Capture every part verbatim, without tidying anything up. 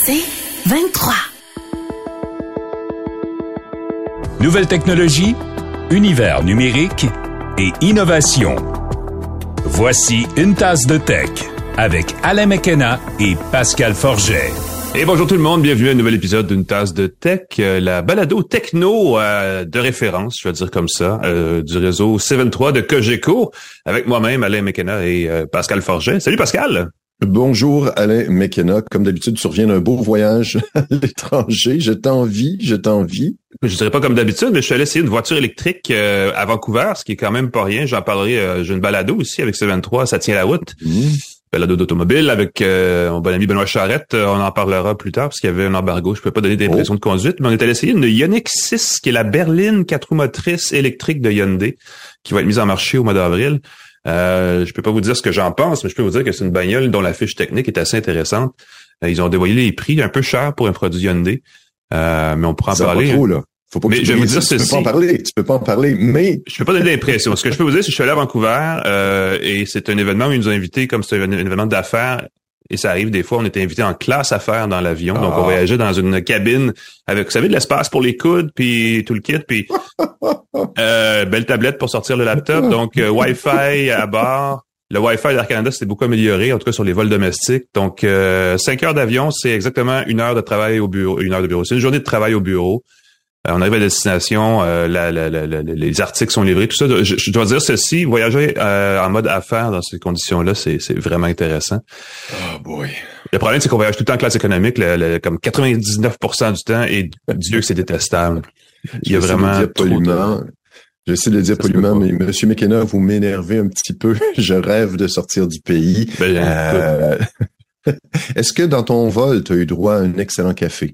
C'est vingt-trois. Nouvelles technologies, univers numérique et innovation. Voici une tasse de tech avec Alain McKenna et Pascal Forget. Et bonjour tout le monde, bienvenue à un nouvel épisode d'une tasse de tech, euh, la balado techno euh, de référence, je vais dire comme ça, euh, du réseau C vingt-trois de Cogeco, avec moi-même Alain McKenna et euh, Pascal Forget. Salut Pascal! Bonjour Alain McKenna, comme d'habitude tu reviens d'un beau voyage à l'étranger, je t'envie, je t'envie. Je dirais pas comme d'habitude, mais je suis allé essayer une voiture électrique euh, à Vancouver, ce qui est quand même pas rien, j'en parlerai, euh, j'ai une balado aussi avec C vingt-trois, ça tient la route. Mmh. Balado d'automobile avec euh, mon bon ami Benoît Charette. Euh, on en parlera plus tard parce qu'il y avait un embargo. Je peux pas donner d'impression oh. de conduite, mais on est allé essayer une Ioniq six qui est la berline quatre roues motrices électrique de Hyundai qui va être mise en marché au mois d'avril. Euh, je peux pas vous dire ce que j'en pense, mais je peux vous dire que c'est une bagnole dont la fiche technique est assez intéressante. Euh, ils ont dévoilé les prix un peu chers pour un produit Hyundai, euh, mais on pourra en ça parler. Pas trop, là. Faut pas que mais tu, je vais vous dire tu ceci. peux pas en parler, tu peux pas en parler, mais je peux pas donner l'impression. Ce que je peux vous dire, c'est que je suis allé à Vancouver euh, et c'est un événement où ils nous ont invités comme c'est un événement d'affaires. Et ça arrive des fois, on était invités en classe affaires dans l'avion, ah. donc on voyageait dans une cabine avec, vous savez, de l'espace pour les coudes, puis tout le kit, puis euh, belle tablette pour sortir le laptop, donc euh, Wi-Fi à bord. Le Wi-Fi d'Air Canada s'était beaucoup amélioré, en tout cas sur les vols domestiques. Donc, euh, cinq heures d'avion, c'est exactement une heure de travail au bureau, une heure de bureau. C'est une journée de travail au bureau. Euh, on arrive à destination, euh, la, la, la, la, les articles sont livrés, tout ça. Je, je dois dire ceci, voyager euh, en mode affaires dans ces conditions-là, c'est, c'est vraiment intéressant. Oh boy. Le problème, c'est qu'on voyage tout le temps en classe économique, le, le, comme quatre-vingt-dix-neuf pour cent du temps, et Dieu que c'est détestable. Il y a vraiment trop de... J'essaie de le dire poliment, mais Monsieur McKenna, vous m'énervez un petit peu. Je rêve de sortir du pays. Ben, euh... Est-ce que dans ton vol, tu as eu droit à un excellent café?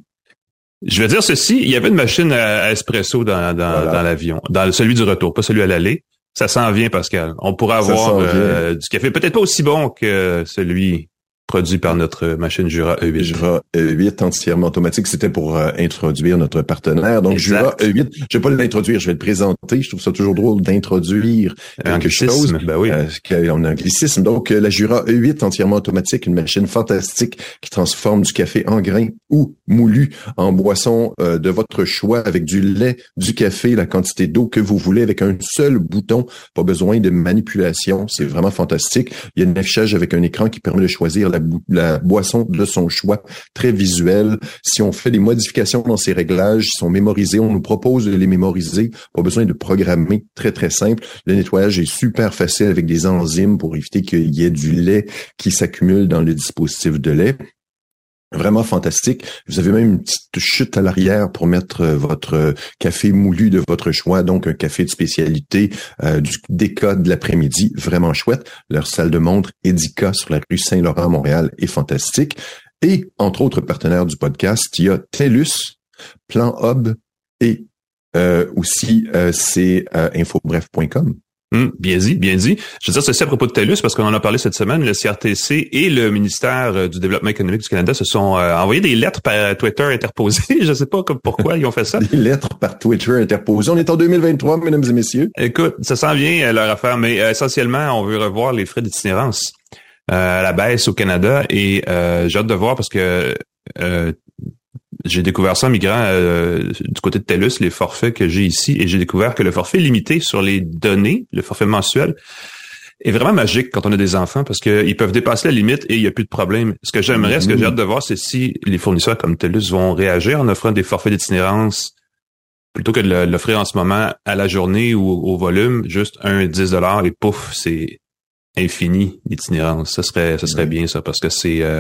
Je vais dire ceci, il y avait une machine à espresso dans, dans, voilà. dans l'avion, dans celui du retour, pas celui à l'aller. Ça s'en vient, Pascal. On pourra avoir euh, du café, peut-être pas aussi bon que celui produit par notre machine Jura E huit. Jura E huit entièrement automatique. C'était pour euh, introduire notre partenaire. Donc, exact. Jura E huit, je vais pas l'introduire, je vais le présenter. Je trouve ça toujours drôle d'introduire quelque chose. Ben oui. Euh, on a un anglicisme. Donc, euh, la Jura E huit entièrement automatique, une machine fantastique qui transforme du café en grains ou moulu en boisson euh, de votre choix avec du lait, du café, la quantité d'eau que vous voulez avec un seul bouton. Pas besoin de manipulation. C'est vraiment fantastique. Il y a un affichage avec un écran qui permet de choisir la La, la boisson de son choix, très visuel. Si on fait des modifications dans ces réglages, ils sont mémorisés, on nous propose de les mémoriser, pas besoin de programmer, très très simple. Le nettoyage est super facile avec des enzymes pour éviter qu'il y ait du lait qui s'accumule dans le dispositif de lait. Vraiment fantastique. Vous avez même une petite chute à l'arrière pour mettre votre café moulu de votre choix, donc un café de spécialité euh, du Déca de l'après-midi, vraiment chouette. Leur salle de montre Edika sur la rue Saint-Laurent à Montréal est fantastique. Et entre autres partenaires du podcast, il y a TELUS, Plan Hub et euh, aussi euh, c'est euh, infobref point com. Hum, bien dit, bien dit. Je veux dire ceci à propos de TELUS, parce qu'on en a parlé cette semaine, le C R T C et le ministère du Développement économique du Canada se sont euh, envoyés des lettres par Twitter interposées. Je sais pas comme pourquoi ils ont fait ça. Des lettres par Twitter interposées. On est en deux mille vingt-trois, mesdames et messieurs. Écoute, ça s'en vient leur affaire, mais euh, essentiellement, on veut revoir les frais d'itinérance euh, à la baisse au Canada et euh, j'ai hâte de voir parce que euh, j'ai découvert ça en migrant euh, du côté de TELUS, les forfaits que j'ai ici, et j'ai découvert que le forfait limité sur les données, le forfait mensuel, est vraiment magique quand on a des enfants parce qu'ils peuvent dépasser la limite et il n'y a plus de problème. Ce que j'aimerais, mmh. ce que j'ai hâte de voir, c'est si les fournisseurs comme TELUS vont réagir en offrant des forfaits d'itinérance plutôt que de l'offrir en ce moment à la journée ou au volume, juste un dix dollars et pouf, c'est infini l'itinérance. Ça serait, ça serait mmh. bien ça parce que c'est euh,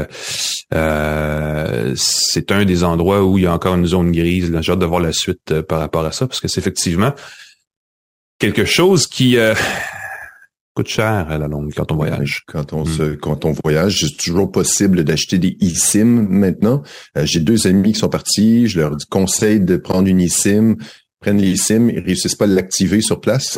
euh, c'est un des endroits où il y a encore une zone grise. Là. J'ai hâte de voir la suite euh, par rapport à ça parce que c'est effectivement quelque chose qui euh, coûte cher à la longue quand on voyage. Quand on mmh. se, quand on voyage, c'est toujours possible d'acheter des eSIM maintenant. Euh, j'ai deux amis qui sont partis. Je leur conseille de prendre une eSIM. Prennent les SIM, ils réussissent pas à l'activer sur place.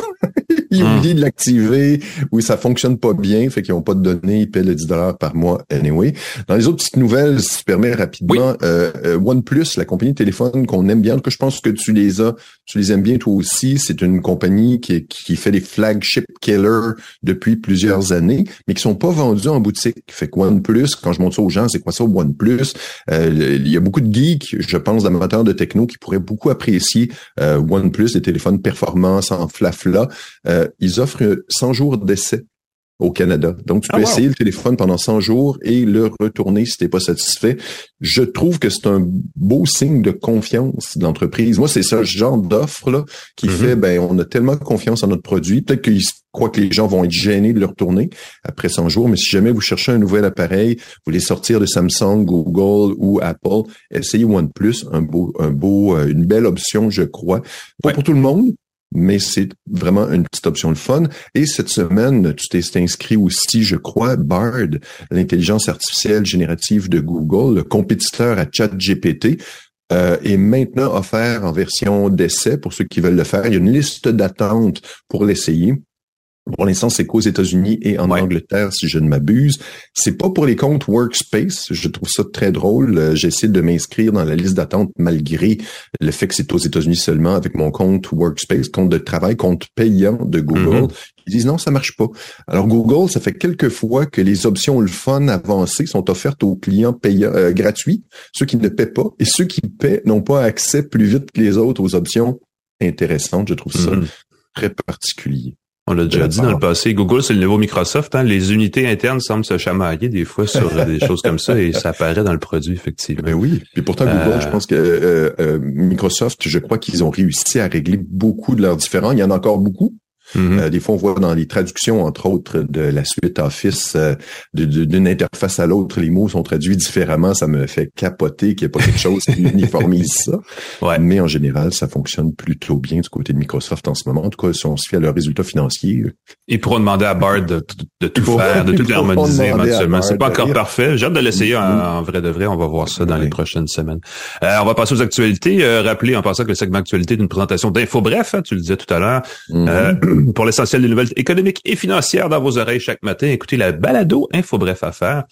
Ils ont hum. oublié de l'activer, ou ça fonctionne pas bien, fait qu'ils ont pas de données, ils paient le dix dollars par mois anyway. Dans les autres petites nouvelles, si tu permets rapidement, oui. euh, euh, OnePlus, la compagnie de téléphone qu'on aime bien, que je pense que tu les as, tu les aimes bien toi aussi, c'est une compagnie qui, qui fait des flagship killers depuis plusieurs années, mais qui sont pas vendus en boutique. Fait que OnePlus, quand je montre ça aux gens, c'est quoi ça OnePlus? Euh, il y a beaucoup de geeks, je pense, d'amateurs de techno qui pourraient beaucoup apprécier euh, OnePlus, des téléphones performants, sans flafla. Euh, ils offrent cent jours d'essai au Canada. Donc, tu peux ah, wow. essayer le téléphone pendant cent jours et le retourner si t'es pas satisfait. Je trouve que c'est un beau signe de confiance de l'entreprise. Moi, c'est ce genre d'offre-là qui mm-hmm. fait, ben, on a tellement confiance en notre produit. Peut-être qu'ils croient que les gens vont être gênés de le retourner après cent jours, mais si jamais vous cherchez un nouvel appareil, vous voulez sortir de Samsung, Google ou Apple, essayez OnePlus, un beau, un beau, une belle option, je crois. Pas ouais. pour tout le monde, mais c'est vraiment une petite option de fun. Et cette semaine, tu t'es inscrit aussi, je crois, Bard, l'intelligence artificielle générative de Google, le compétiteur à ChatGPT, euh, est maintenant offert en version d'essai pour ceux qui veulent le faire. Il y a une liste d'attente pour l'essayer. Pour l'instant, c'est qu'aux États-Unis et en ouais. Angleterre, si je ne m'abuse. C'est pas pour les comptes Workspace. Je trouve ça très drôle. J'essaie de m'inscrire dans la liste d'attente malgré le fait que c'est aux États-Unis seulement avec mon compte Workspace, compte de travail, compte payant de Google. Mm-hmm. Ils disent non, ça marche pas. Alors Google, ça fait quelques fois que les options le fun avancées sont offertes aux clients payants euh, gratuits, ceux qui ne paient pas, et ceux qui paient n'ont pas accès plus vite que les autres aux options intéressantes. Je trouve ça mm-hmm. très particulier. On l'a déjà dit dans le passé, Google, c'est le nouveau Microsoft. Hein? Les unités internes semblent se chamailler des fois sur des choses comme ça et ça apparaît dans le produit, effectivement. Ben oui. Puis pourtant, Google, euh... je pense que euh, euh, Microsoft, je crois qu'ils ont réussi à régler beaucoup de leurs différends. Il y en a encore beaucoup. Mm-hmm. Euh, des fois, on voit dans les traductions, entre autres, de la suite Office, euh, de, de, d'une interface à l'autre, les mots sont traduits différemment. Ça me fait capoter qu'il n'y ait pas quelque chose qui uniformise ça. Ouais. Mais en général, ça fonctionne plutôt bien du côté de Microsoft en ce moment. En tout cas, si on se fie à leurs résultats financiers. Ils pourront demander à Bard de, de tout pour, faire, de tout harmoniser éventuellement. C'est pas encore fait. J'ai hâte de l'essayer mm-hmm. en, en vrai de vrai. On va voir ça dans ouais. les prochaines semaines. Euh, on va passer aux actualités. Euh, rappeler en passant que le segment actualité est une présentation d'info bref, hein, tu le disais tout à l'heure. Mm-hmm. Euh, pour l'essentiel des nouvelles économiques et financières dans vos oreilles chaque matin. Écoutez la balado Info Bref Affaires.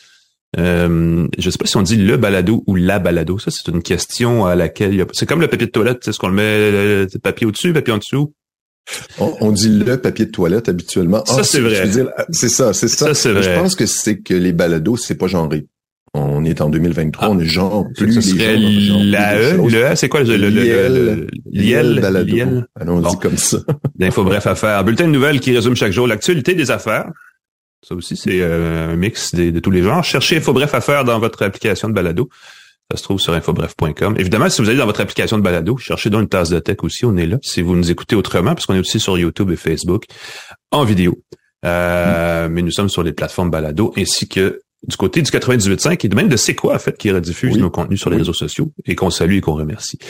Euh, je sais pas si on dit le balado ou la balado. Ça, c'est une question à laquelle il y a... C'est comme le papier de toilette, c'est ce qu'on le met le papier au-dessus, papier en dessous. On, on dit le papier de toilette habituellement. Ça, ah, c'est, c'est vrai. Dire, c'est ça, c'est ça. ça c'est vrai. Je pense que c'est que les balados, c'est pas genré. On est en deux mille vingt-trois, ah, on est genre plus ce serait les gens. La E, le E, c'est quoi le, le, le, le, l'I L, l'I L. Allons-y bon. Comme ça. L'info bref affaires. Bulletin de nouvelles qui résume chaque jour l'actualité des affaires. Ça aussi, c'est euh, un mix de, de tous les genres. Cherchez Info bref affaires dans votre application de balado. Ça se trouve sur infobref point com. Évidemment, si vous allez dans votre application de balado, cherchez donc une tasse de tech aussi, on est là. Si vous nous écoutez autrement, parce qu'on est aussi sur YouTube et Facebook, en vidéo. Euh, mmh. Mais nous sommes sur les plateformes balado, ainsi que du côté du quatre-vingt-dix-huit virgule cinq et même de C'est quoi, en fait, qui rediffuse oui. nos contenus sur les oui. réseaux sociaux et qu'on salue et qu'on remercie.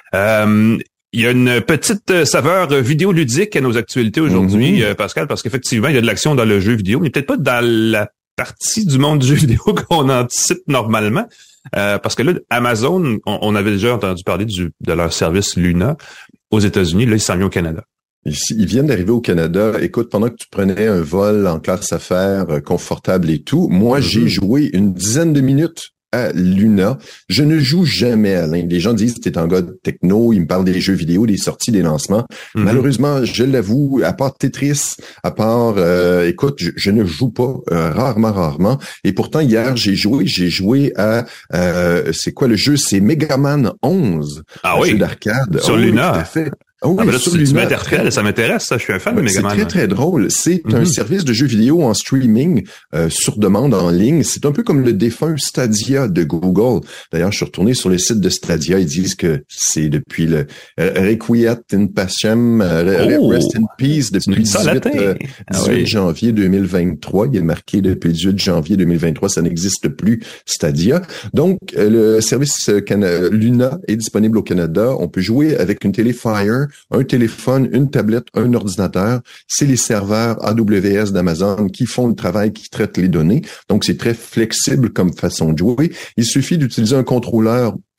Euh, il y a une petite saveur vidéoludique à nos actualités aujourd'hui, mm-hmm. Pascal, parce qu'effectivement, il y a de l'action dans le jeu vidéo, mais peut-être pas dans la partie du monde du jeu vidéo qu'on anticipe normalement. Euh, parce que là, Amazon, on, on avait déjà entendu parler du, de leur service Luna aux États-Unis. Là, ils s'en viennent au Canada. Ils viennent d'arriver au Canada. Écoute, pendant que tu prenais un vol en classe affaires euh, confortable et tout, moi, mm-hmm. j'ai joué une dizaine de minutes à Luna. Je ne joue jamais à l'Inde. Les gens disent que t'es un gars de techno, ils me parlent des jeux vidéo, des sorties, des lancements. Mm-hmm. Malheureusement, je l'avoue, à part Tetris, à part, euh, écoute, je, je ne joue pas, euh, rarement, rarement. Et pourtant, hier, j'ai joué, j'ai joué à, euh, c'est quoi le jeu? C'est Mega Man onze. Ah oui? Jeu d'arcade. Sur oh, Luna. Oui, tout à fait. Oh oui, ah ben là, tu, tu m'interpelles, ça m'intéresse, ça. Je suis un fan ouais, de Mega Man. C'est très, très drôle. C'est mm-hmm. un service de jeux vidéo en streaming euh, sur demande en ligne. C'est un peu comme le défunt Stadia de Google. D'ailleurs, je suis retourné sur le site de Stadia. Ils disent que c'est depuis le euh, Requiet in Pacem, euh, oh, Rest in Peace, depuis le dix-huit, euh, dix-huit ah oui. janvier deux mille vingt-trois. Il est marqué depuis le dix-huit janvier deux mille vingt-trois. Ça n'existe plus, Stadia. Donc, euh, le service euh, Cana- Luna est disponible au Canada. On peut jouer avec une télé Fire, un téléphone, une tablette, un ordinateur. C'est les serveurs A W S d'Amazon qui font le travail, qui traitent les données. Donc, c'est très flexible comme façon de jouer. Il suffit d'utiliser un contrôleur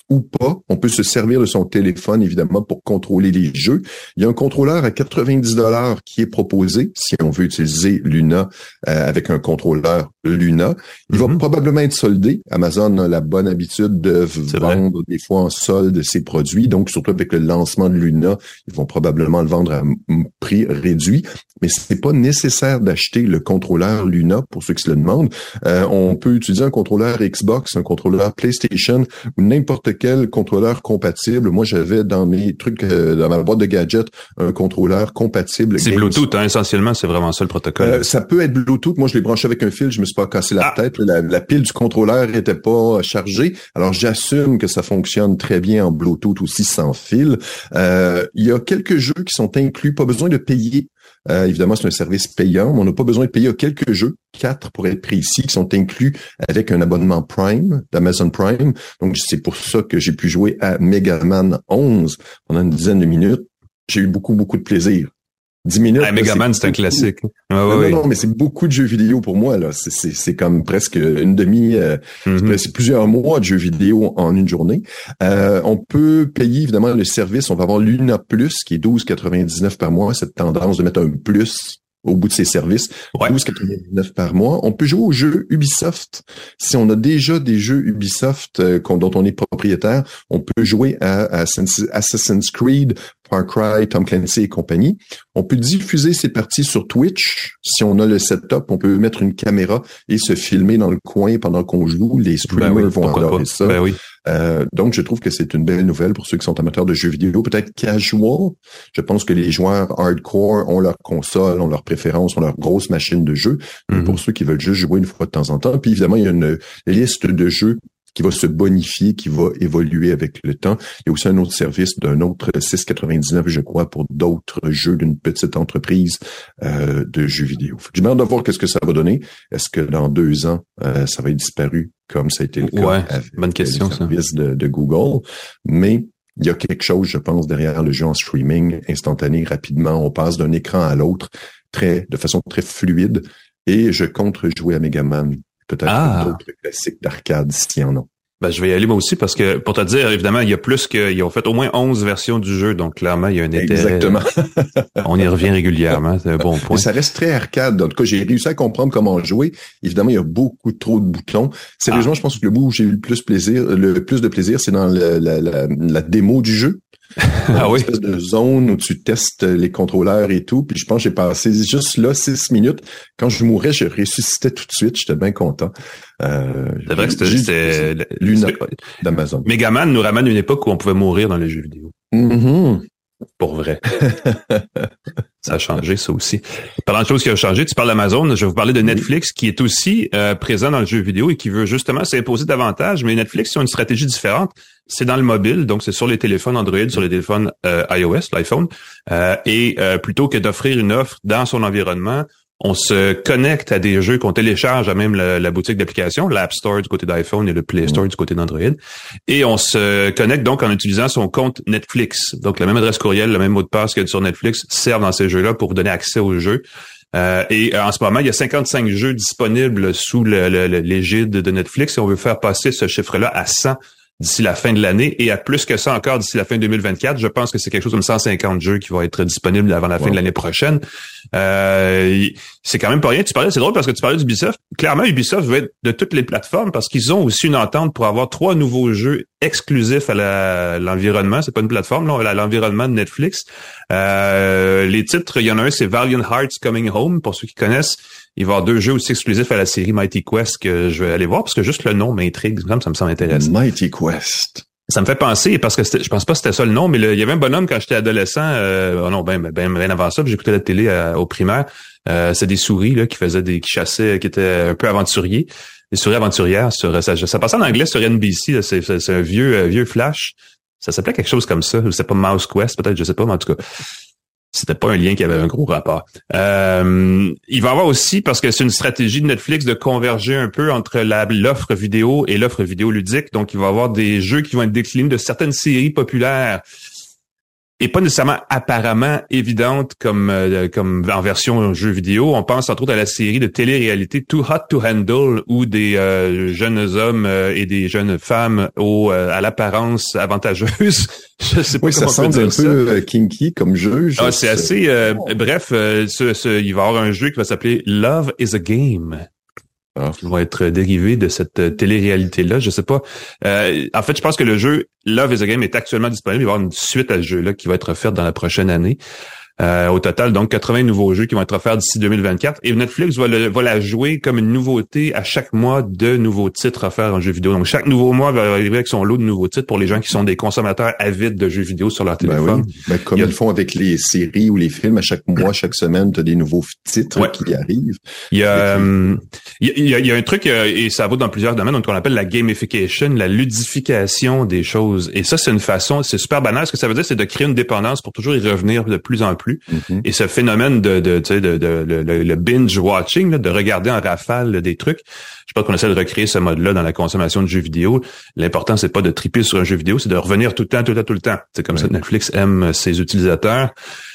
ou pas. On peut se servir de son téléphone, évidemment, pour contrôler les jeux. Il y a un contrôleur à quatre-vingt-dix dollars qui est proposé si on veut utiliser Luna euh, avec un contrôleur Luna. Il mm-hmm. va probablement être soldé. Amazon a la bonne habitude de C'est vendre vrai. des fois en solde ses produits. Donc, surtout avec le lancement de Luna, ils vont probablement le vendre à un prix réduit. Mais c'est pas nécessaire d'acheter le contrôleur Luna pour ceux qui se le demandent. Euh, on peut utiliser un contrôleur Xbox, un contrôleur PlayStation ou n'importe quel contrôleur compatible. Moi, j'avais dans mes trucs, euh, dans ma boîte de gadgets, un contrôleur compatible. C'est Bluetooth, hein, essentiellement, c'est vraiment ça le protocole. Euh, ça peut être Bluetooth. Moi, je l'ai branché avec un fil, je me suis pas cassé la ah. tête. La, la pile du contrôleur était pas chargée. Alors, j'assume que ça fonctionne très bien en Bluetooth aussi sans fil. Euh, il y a quelques jeux qui sont inclus, pas besoin de payer. Euh, évidemment, c'est un service payant, mais on n'a pas besoin de payer. Il y a quelques jeux, quatre pour être précis, qui sont inclus avec un abonnement Prime, d'Amazon Prime. Donc, c'est pour ça que j'ai pu jouer à Mega Man onze pendant une dizaine de minutes. J'ai eu beaucoup, beaucoup de plaisir. dix minutes. Ah, Mega Man, c'est un classique. Ah, non, oui. non, non, mais c'est beaucoup de jeux vidéo pour moi, là. C'est, c'est, c'est comme presque une demi, euh, mm-hmm. c'est plusieurs mois de jeux vidéo en une journée. Euh, on peut payer, évidemment, le service. On va avoir Luna Plus, qui est douze quatre-vingt-dix-neuf par mois. Cette tendance de mettre un plus au bout de ses services. Ouais. douze quatre-vingt-dix-neuf par mois. On peut jouer aux jeux Ubisoft. Si on a déjà des jeux Ubisoft euh, dont on est propriétaire, on peut jouer à, à Assassin's Creed, Far Cry, Tom Clancy et compagnie. On peut diffuser ces parties sur Twitch. Si on a le setup, on peut mettre une caméra et se filmer dans le coin pendant qu'on joue. Les streamers ben oui, vont adorer ça. Ben oui. Euh, donc, je trouve que c'est une belle nouvelle pour ceux qui sont amateurs de jeux vidéo, peut-être casual. Je pense que les joueurs hardcore ont leur console, ont leur préférence, ont leur grosse machine de jeu. Mm-hmm. Pour ceux qui veulent juste jouer une fois de temps en temps. Puis évidemment, il y a une liste de jeux qui va se bonifier, qui va évoluer avec le temps. Il y a aussi un autre service d'un autre six quatre-vingt-dix-neuf, je crois, pour d'autres jeux d'une petite entreprise euh, de jeux vidéo. J'ai hâte de voir qu'est-ce que ça va donner. Est-ce que dans deux ans, euh, ça va être disparu comme ça a été le cas ouais, avec bonne question, le service de, de Google? Mais il y a quelque chose, je pense, derrière le jeu en streaming instantané, rapidement. On passe d'un écran à l'autre très, de façon très fluide. Et je compte jouer à Mega Man. Peut-être ah. d'autres classiques d'arcade s'il y en a. Ben, je vais y aller moi aussi parce que, pour te dire, évidemment, il y a plus que, ils ont fait au moins onze versions du jeu, donc clairement, il y a un intérêt. Exactement. On y revient régulièrement, c'est un bon point. Mais ça reste très arcade. En tout cas, j'ai réussi à comprendre comment jouer. Évidemment, il y a beaucoup trop de boutons. Sérieusement, ah. je pense que le bout où j'ai eu le plus plaisir, le plus de plaisir, c'est dans le, la, la, la démo du jeu. Ah oui. Une espèce de zone où tu testes les contrôleurs et tout. Puis je pense que j'ai passé juste là six minutes. Quand je mourais, je ressuscitais tout de suite. J'étais bien content. Euh, c'est vrai que c'était, c'était Luna d'Amazon. Mega Man nous ramène une époque où on pouvait mourir dans les jeux vidéo. Mm-hmm. Pour vrai. Ça a changé, ça aussi. Parlant de choses qui ont changé, tu parles d'Amazon, je vais vous parler de Netflix qui est aussi euh, présent dans le jeu vidéo et qui veut justement s'imposer davantage, mais Netflix, ils ont une stratégie différente. C'est dans le mobile, donc c'est sur les téléphones Android, sur les téléphones euh, iOS, l'iPhone, euh, et euh, plutôt que d'offrir une offre dans son environnement, on se connecte à des jeux qu'on télécharge à même la, la boutique d'application, l'App Store du côté d'iPhone et le Play Store mmh. du côté d'Android. Et on se connecte donc en utilisant son compte Netflix. Donc la même adresse courriel, le même mot de passe qu'il y a sur Netflix sert dans ces jeux-là pour vous donner accès aux jeux. Euh, et euh, en ce moment, il y a cinquante-cinq jeux disponibles sous le, le, le, l'égide de Netflix et on veut faire passer ce chiffre-là à cent d'ici la fin de l'année et à plus que ça encore d'ici la fin deux mille vingt-quatre. Je pense que c'est quelque chose comme cent cinquante jeux qui vont être disponibles avant la wow. fin de l'année prochaine. Euh, c'est quand même pas rien. Tu parlais, c'est drôle parce que tu parlais d'Ubisoft. Clairement, Ubisoft veut être de toutes les plateformes parce qu'ils ont aussi une entente pour avoir trois nouveaux jeux exclusifs à la, l'environnement. C'est pas une plateforme, là, à l'environnement de Netflix. Euh, les titres, il y en a un, c'est Valiant Hearts Coming Home, pour ceux qui connaissent. Il va y avoir deux jeux aussi exclusifs à la série Mighty Quest que je vais aller voir parce que juste le nom m'intrigue. Ça me semble intéressant. Mighty Quest. Ça me fait penser, parce que je pense pas que c'était ça le nom, mais le, il y avait un bonhomme quand j'étais adolescent, euh, oh non, ben, ben, ben avant ça, puis j'écoutais la télé euh, au primaire. Euh, c'est des souris là qui faisaient des, qui chassaient, qui étaient un peu aventuriers. Des souris aventurières sur ça, ça passait en anglais sur N B C. Là, c'est, c'est, c'est un vieux, euh, vieux flash. Ça s'appelait quelque chose comme ça. C'était pas Mouse Quest, peut-être, je sais pas, mais en tout cas. C'était pas un lien qui avait un gros rapport. Euh, il va y avoir aussi, parce que c'est une stratégie de Netflix de converger un peu entre la, l'offre vidéo et l'offre vidéoludique. Donc, il va y avoir des jeux qui vont être déclinés de certaines séries populaires. est pas nécessairement apparemment évidente comme euh, comme en version jeu vidéo. On pense entre autres à la série de télé-réalité Too Hot to Handle, où des euh, jeunes hommes euh, et des jeunes femmes au euh, à l'apparence avantageuse. Je sais pas oui, comment ça on peut semble dire un peu ça. euh, kinky comme jeu. Ah, c'est assez. Euh, bref, euh, ce, ce, il va y avoir un jeu qui va s'appeler Love is a Game. Ah. Qui va être dérivé de cette euh, télé-réalité-là. Je sais pas. Euh, en fait, je pense que le jeu Love is a Game est actuellement disponible. Il va y avoir une suite à ce jeu-là qui va être offerte dans la prochaine année. Euh, au total, donc, quatre-vingts nouveaux jeux qui vont être offerts d'ici deux mille vingt-quatre. Et Netflix va, le, va la jouer comme une nouveauté à chaque mois de nouveaux titres offerts en jeux vidéo. Donc, chaque nouveau mois va arriver avec son lot de nouveaux titres pour les gens qui sont des consommateurs avides de jeux vidéo sur leur téléphone. Ben oui. Ben, comme il y a... ils font avec les séries ou les films, à chaque mois, chaque semaine, tu as des nouveaux titres ouais. qui arrivent. Il y a, euh, il y a, il y a un truc, euh, et ça vaut dans plusieurs domaines, donc on appelle la gamification, la ludification des choses. Et ça, c'est une façon, c'est super banal. Ce que ça veut dire, c'est de créer une dépendance pour toujours y revenir de plus en plus. Mm-hmm. Et ce phénomène de, de, tu sais, de, de, de, le, le binge watching, là, de regarder en rafale là, des trucs. Je pense qu'on essaie de recréer ce mode-là dans la consommation de jeux vidéo. L'important, c'est pas de triper sur un jeu vidéo, c'est de revenir tout le temps, tout le temps, tout le temps. C'est comme ouais. ça que Netflix aime ses utilisateurs.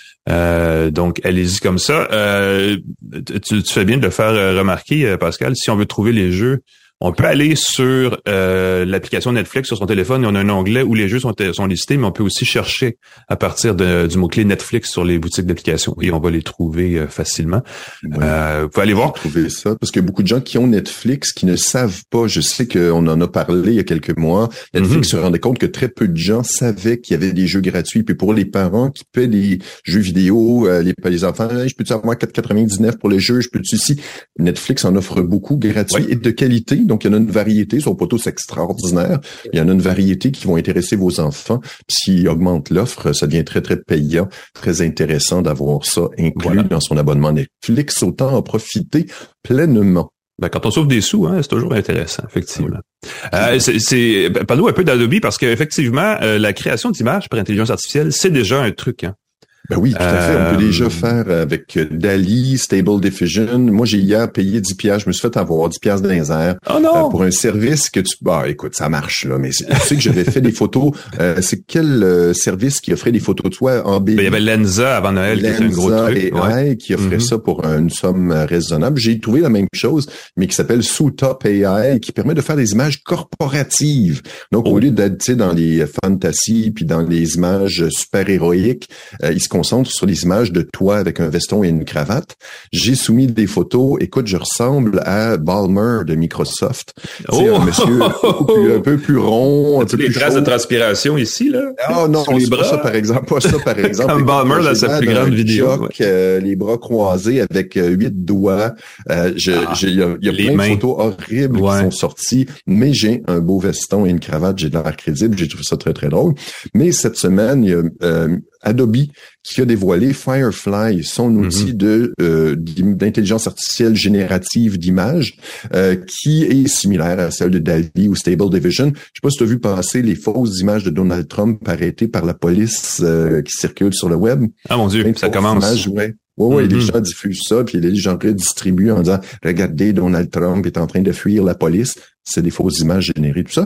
Euh, donc, allez-y comme ça. Euh, tu, tu fais bien de le faire remarquer, Pascal. Si on veut trouver les jeux, on peut aller sur euh, l'application Netflix sur son téléphone et on a un onglet où les jeux sont, sont listés, mais on peut aussi chercher à partir de, du mot-clé Netflix sur les boutiques d'applications et on va les trouver euh, facilement. Ouais. Euh, vous pouvez aller voir. Trouver ça, parce qu'il y a beaucoup de gens qui ont Netflix qui ne savent pas. Je sais qu'on en a parlé il y a quelques mois. Netflix mm-hmm. se rendait compte que très peu de gens savaient qu'il y avait des jeux gratuits. Puis pour les parents qui paient des jeux vidéo, euh, les, les enfants, hey, je peux-tu avoir quatre quatre-vingt-dix-neuf pour les jeux? Je peux-tu ici? Netflix en offre beaucoup gratuits ouais. et de qualité. Donc, il y en a une variété. Ils sont pas tous extraordinaires. Il y en a une variété qui vont intéresser vos enfants. Puis s'ils augmentent l'offre, ça devient très, très payant, très intéressant d'avoir ça inclus voilà. dans son abonnement Netflix. Autant en profiter pleinement. Ben, quand on sauve des sous, hein, c'est toujours intéressant, effectivement. Euh, c'est, c'est, ben, parlons un peu d'Adobe parce qu'effectivement, euh, la création d'images par intelligence artificielle, c'est déjà un truc, hein. Ben oui, tout à fait. On peut Euh, déjà faire avec DALL-E, Stable Diffusion. Moi, j'ai hier payé dix piastres. Je me suis fait avoir dix piastres dans les airs. Oh non! Euh, pour un service que tu... Bah, écoute, ça marche, là. Mais tu sais que j'avais fait des photos. Euh, c'est quel euh, service qui offrait des photos de toi en B? Ben, il y avait Lenza avant Noël, Lenza qui est un gros truc. et ouais. A I qui offrait mm-hmm. ça pour une somme raisonnable. J'ai trouvé la même chose, mais qui s'appelle Suitop A I, qui permet de faire des images corporatives. Donc, oh. au lieu d'être, tu sais, dans les fantasy puis dans les images super-héroïques, euh, il se concentre sur les images de toi avec un veston et une cravate. J'ai soumis des photos. Écoute, je ressemble à Ballmer de Microsoft. Oh! C'est un monsieur plus, un peu plus rond, un peu les plus traces chaud. de transpiration ici, là? Ah non, sur les bras. Pas ça par exemple, pas ça par exemple. Comme Ballmer dans sa plus grande vidéo. Choc, ouais. euh, les bras croisés avec euh, huit doigts. Euh, je, ah, j'ai, il y a, il y a plein mains. de photos horribles ouais. qui sont sorties, mais j'ai un beau veston et une cravate. J'ai de l'air crédible. J'ai trouvé ça très, très drôle. Mais cette semaine, il y a euh, Adobe qui a dévoilé Firefly, son outil mm-hmm. de euh, d'intelligence artificielle générative d'images, euh, qui est similaire à celle de DALL-E ou Stable Diffusion. Je sais pas si tu as vu passer les fausses images de Donald Trump arrêtées par la police euh, qui circulent sur le web. Ah mon Dieu, ça commence. Images, ouais. Ouais, ouais, mm-hmm. les gens diffusent ça, puis les gens redistribuent en disant « Regardez, Donald Trump est en train de fuir la police ». C'est des fausses images générées, tout ça.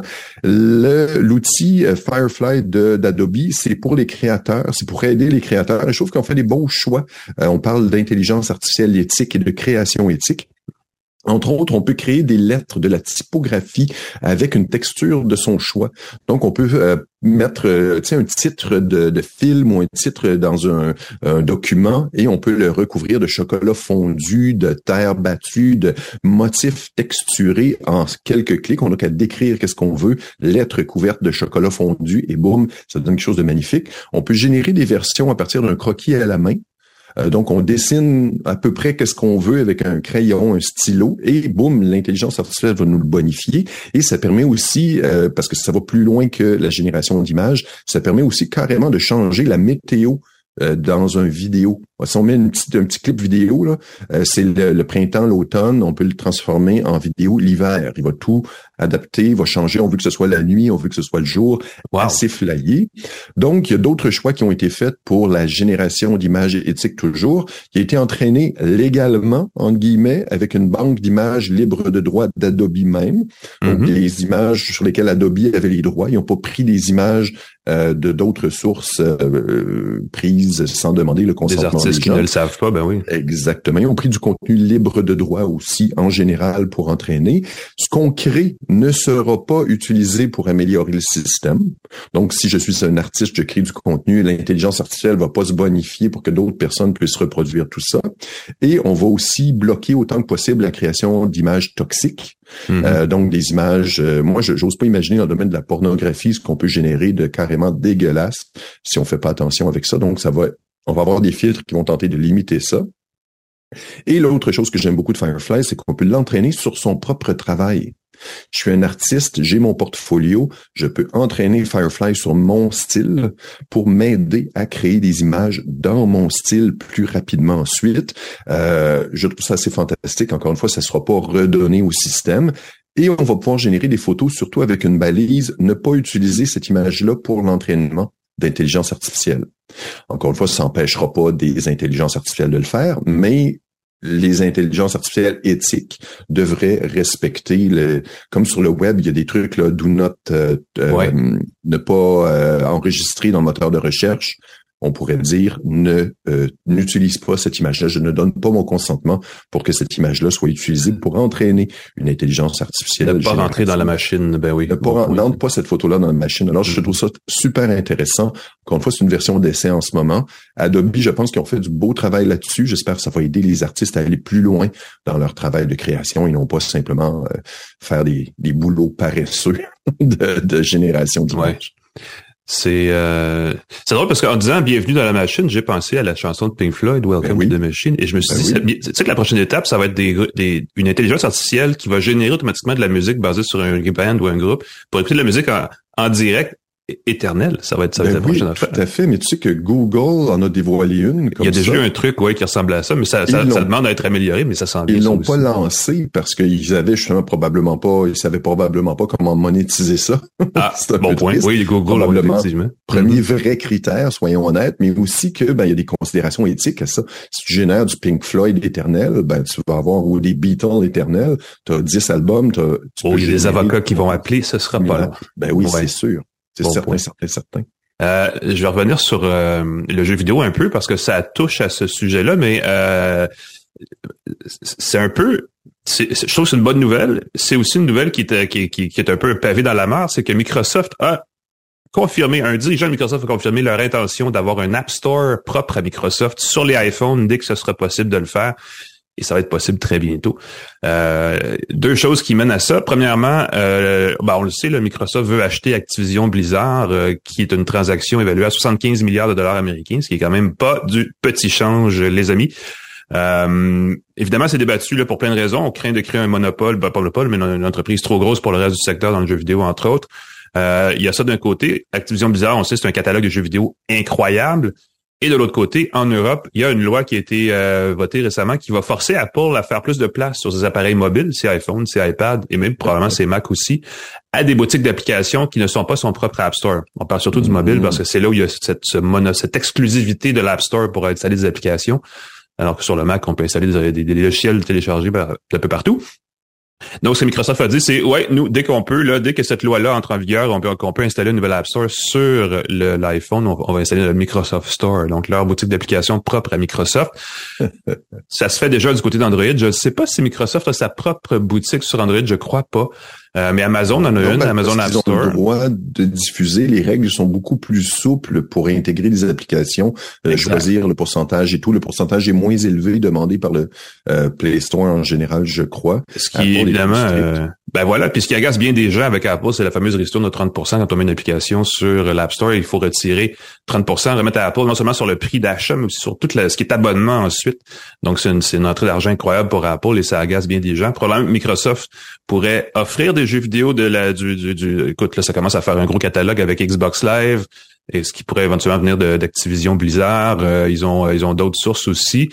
Le, l'outil Firefly de, d'Adobe, c'est pour les créateurs, c'est pour aider les créateurs. Je trouve qu'on fait des beaux choix. Euh, on parle d'intelligence artificielle éthique et de création éthique. Entre autres, on peut créer des lettres, de la typographie avec une texture de son choix. Donc, on peut euh, mettre euh, tu sais, un titre de, de film ou un titre dans un, un document et on peut le recouvrir de chocolat fondu, de terre battue, de motifs texturés en quelques clics. On n'a qu'à décrire qu'est-ce qu'on veut, lettre couverte de chocolat fondu et boum, ça donne quelque chose de magnifique. On peut générer des versions à partir d'un croquis à la main. Euh, donc, on dessine à peu près qu'est-ce qu'on veut avec un crayon, un stylo, et boum, l'intelligence artificielle va nous le bonifier. Et ça permet aussi, euh, parce que ça va plus loin que la génération d'images, ça permet aussi carrément de changer la météo euh, dans un vidéo. Si on met une petite, un petit clip vidéo, là, euh, c'est le, le printemps, l'automne, on peut le transformer en vidéo l'hiver. Il va tout adapté, va changer. On veut que ce soit la nuit, on veut que ce soit le jour, wow. assez flyé. Donc, il y a d'autres choix qui ont été faits pour la génération d'images éthiques toujours, qui a été entraînée légalement, entre guillemets, avec une banque d'images libres de droit d'Adobe même. Donc, mm-hmm. les images sur lesquelles Adobe avait les droits, ils n'ont pas pris des images euh, de d'autres sources euh, prises sans demander le consentement des artistes des gens. Qui ne le savent pas, ben oui. Exactement. Ils ont pris du contenu libre de droit aussi, en général, pour entraîner. Ce qu'on crée ne sera pas utilisé pour améliorer le système. Donc, si je suis un artiste, je crée du contenu, l'intelligence artificielle va pas se bonifier pour que d'autres personnes puissent reproduire tout ça. Et on va aussi bloquer autant que possible la création d'images toxiques. Mm-hmm. Euh, donc, des images... Euh, moi, je j'ose pas imaginer dans le domaine de la pornographie ce qu'on peut générer de carrément dégueulasse si on fait pas attention avec ça. Donc, ça va... On va avoir des filtres qui vont tenter de limiter ça. Et l'autre chose que j'aime beaucoup de Firefly, c'est qu'on peut l'entraîner sur son propre travail. Je suis un artiste, j'ai mon portfolio, je peux entraîner Firefly sur mon style pour m'aider à créer des images dans mon style plus rapidement ensuite. Euh, je trouve ça assez fantastique. Encore une fois, ça ne sera pas redonné au système. Et on va pouvoir générer des photos, surtout avec une balise, ne pas utiliser cette image-là pour l'entraînement d'intelligence artificielle. Encore une fois, ça n'empêchera pas des intelligences artificielles de le faire, mais les intelligences artificielles éthiques devraient respecter le, comme sur le web, il y a des trucs là, do not, euh, ouais. euh, ne pas euh, enregistrer dans le moteur de recherche. On pourrait dire ne euh, n'utilise pas cette image-là, je ne donne pas mon consentement pour que cette image-là soit utilisée pour entraîner une intelligence artificielle. Ne pas rentrer dans la machine, ben oui. Ne pas bon, n'entre oui. pas cette photo-là dans la machine. Alors, je trouve ça super intéressant. Encore une fois, c'est une version d'essai en ce moment. Adobe, je pense qu'ils ont fait du beau travail là-dessus. J'espère que ça va aider les artistes à aller plus loin dans leur travail de création et non pas simplement euh, faire des, des boulots paresseux de, de génération d'images. Ouais. C'est euh, c'est drôle parce qu'en disant bienvenue dans la machine, j'ai pensé à la chanson de Pink Floyd, Welcome ben oui. to the Machine, et je me suis ben dit, oui. tu sais que la prochaine étape, ça va être des, des une intelligence artificielle qui va générer automatiquement de la musique basée sur un band ou un groupe pour écouter de la musique en, en direct. Éternel, ça va être ça va ben être la oui, prochaine affaire. Tout à fait, mais tu sais que Google en a dévoilé une comme ça. Il y a déjà eu un truc ouais qui ressemble à ça, mais ça ça, ça demande à être amélioré, mais ça s'en vient. Ils l'ont pas lancé parce qu'ils avaient justement probablement pas, ils savaient probablement pas comment monétiser ça. Ah, bon point. Triste. Oui, Google probablement effectivement. Premier mm-hmm. vrai critère, soyons honnêtes, mais aussi que ben il y a des considérations éthiques à ça. Si tu génères du Pink Floyd éternel, ben tu vas avoir ou des Beatles éternels, tu as dix albums, tu as tu oh, il y a des avocats qui vont appeler, ce sera pas là. Ben oui, ouais. c'est sûr. C'est bon certain, point. certain, certain. Euh, je vais revenir sur euh, le jeu vidéo un peu parce que ça touche à ce sujet-là, mais euh, c'est un peu, c'est, je trouve que c'est une bonne nouvelle. C'est aussi une nouvelle qui est, qui, qui, qui est un peu un pavé dans la mare, c'est que Microsoft a confirmé, un dirigeant de Microsoft a confirmé leur intention d'avoir un App Store propre à Microsoft sur les iPhones dès que ce sera possible de le faire. Et ça va être possible très bientôt. Euh, deux choses qui mènent à ça. Premièrement, euh, ben on le sait, là, Microsoft veut acheter Activision Blizzard, euh, qui est une transaction évaluée à soixante-quinze milliards de dollars américains, ce qui est quand même pas du petit change, les amis. Euh, évidemment, c'est débattu là pour plein de raisons. On craint de créer un monopole, ben, pas un monopole, mais une, une entreprise trop grosse pour le reste du secteur dans le jeu vidéo, entre autres. Euh, il y a ça d'un côté. Activision Blizzard, on sait, c'est un catalogue de jeux vidéo incroyable. Et de l'autre côté, en Europe, il y a une loi qui a été euh, votée récemment qui va forcer Apple à faire plus de place sur ses appareils mobiles, ses iPhones, ses iPads et même probablement ses Mac aussi, à des boutiques d'applications qui ne sont pas son propre App Store. On parle surtout du mobile parce que c'est là où il y a cette, ce mono, cette exclusivité de l'App Store pour installer des applications, alors que sur le Mac, on peut installer des, des, des logiciels téléchargés d'un peu partout. Donc, ce que Microsoft a dit, c'est, ouais, nous, dès qu'on peut, là, dès que cette loi-là entre en vigueur, on peut, qu'on peut installer une nouvelle App Store sur le, l'iPhone, on, on va installer le Microsoft Store, donc leur boutique d'applications propre à Microsoft. Ça se fait déjà du côté d'Android. Je ne sais pas si Microsoft a sa propre boutique sur Android, je crois pas. Euh, mais Amazon en a non, une, ben, Amazon App Store. Ils ont le droit de diffuser. Les règles sont beaucoup plus souples pour intégrer des applications, euh, choisir le pourcentage et tout. Le pourcentage est moins élevé demandé par le euh, Play Store en général, je crois. Ce qui, évidemment, euh, ben voilà. Puis ce qui agace bien des gens avec Apple, c'est la fameuse ristourne de trente pour cent quand on met une application sur l'App Store. Il faut retirer trente pour cent, remettre à Apple non seulement sur le prix d'achat, mais aussi sur tout le, ce qui est abonnement ensuite. Donc, c'est une, c'est une entrée d'argent incroyable pour Apple et ça agace bien des gens. Probablement, Microsoft pourrait offrir des jeux vidéo de la du, du, du écoute là ça commence à faire un gros catalogue avec Xbox Live et ce qui pourrait éventuellement venir de, d'Activision Blizzard, euh, ils ont ils ont d'autres sources aussi.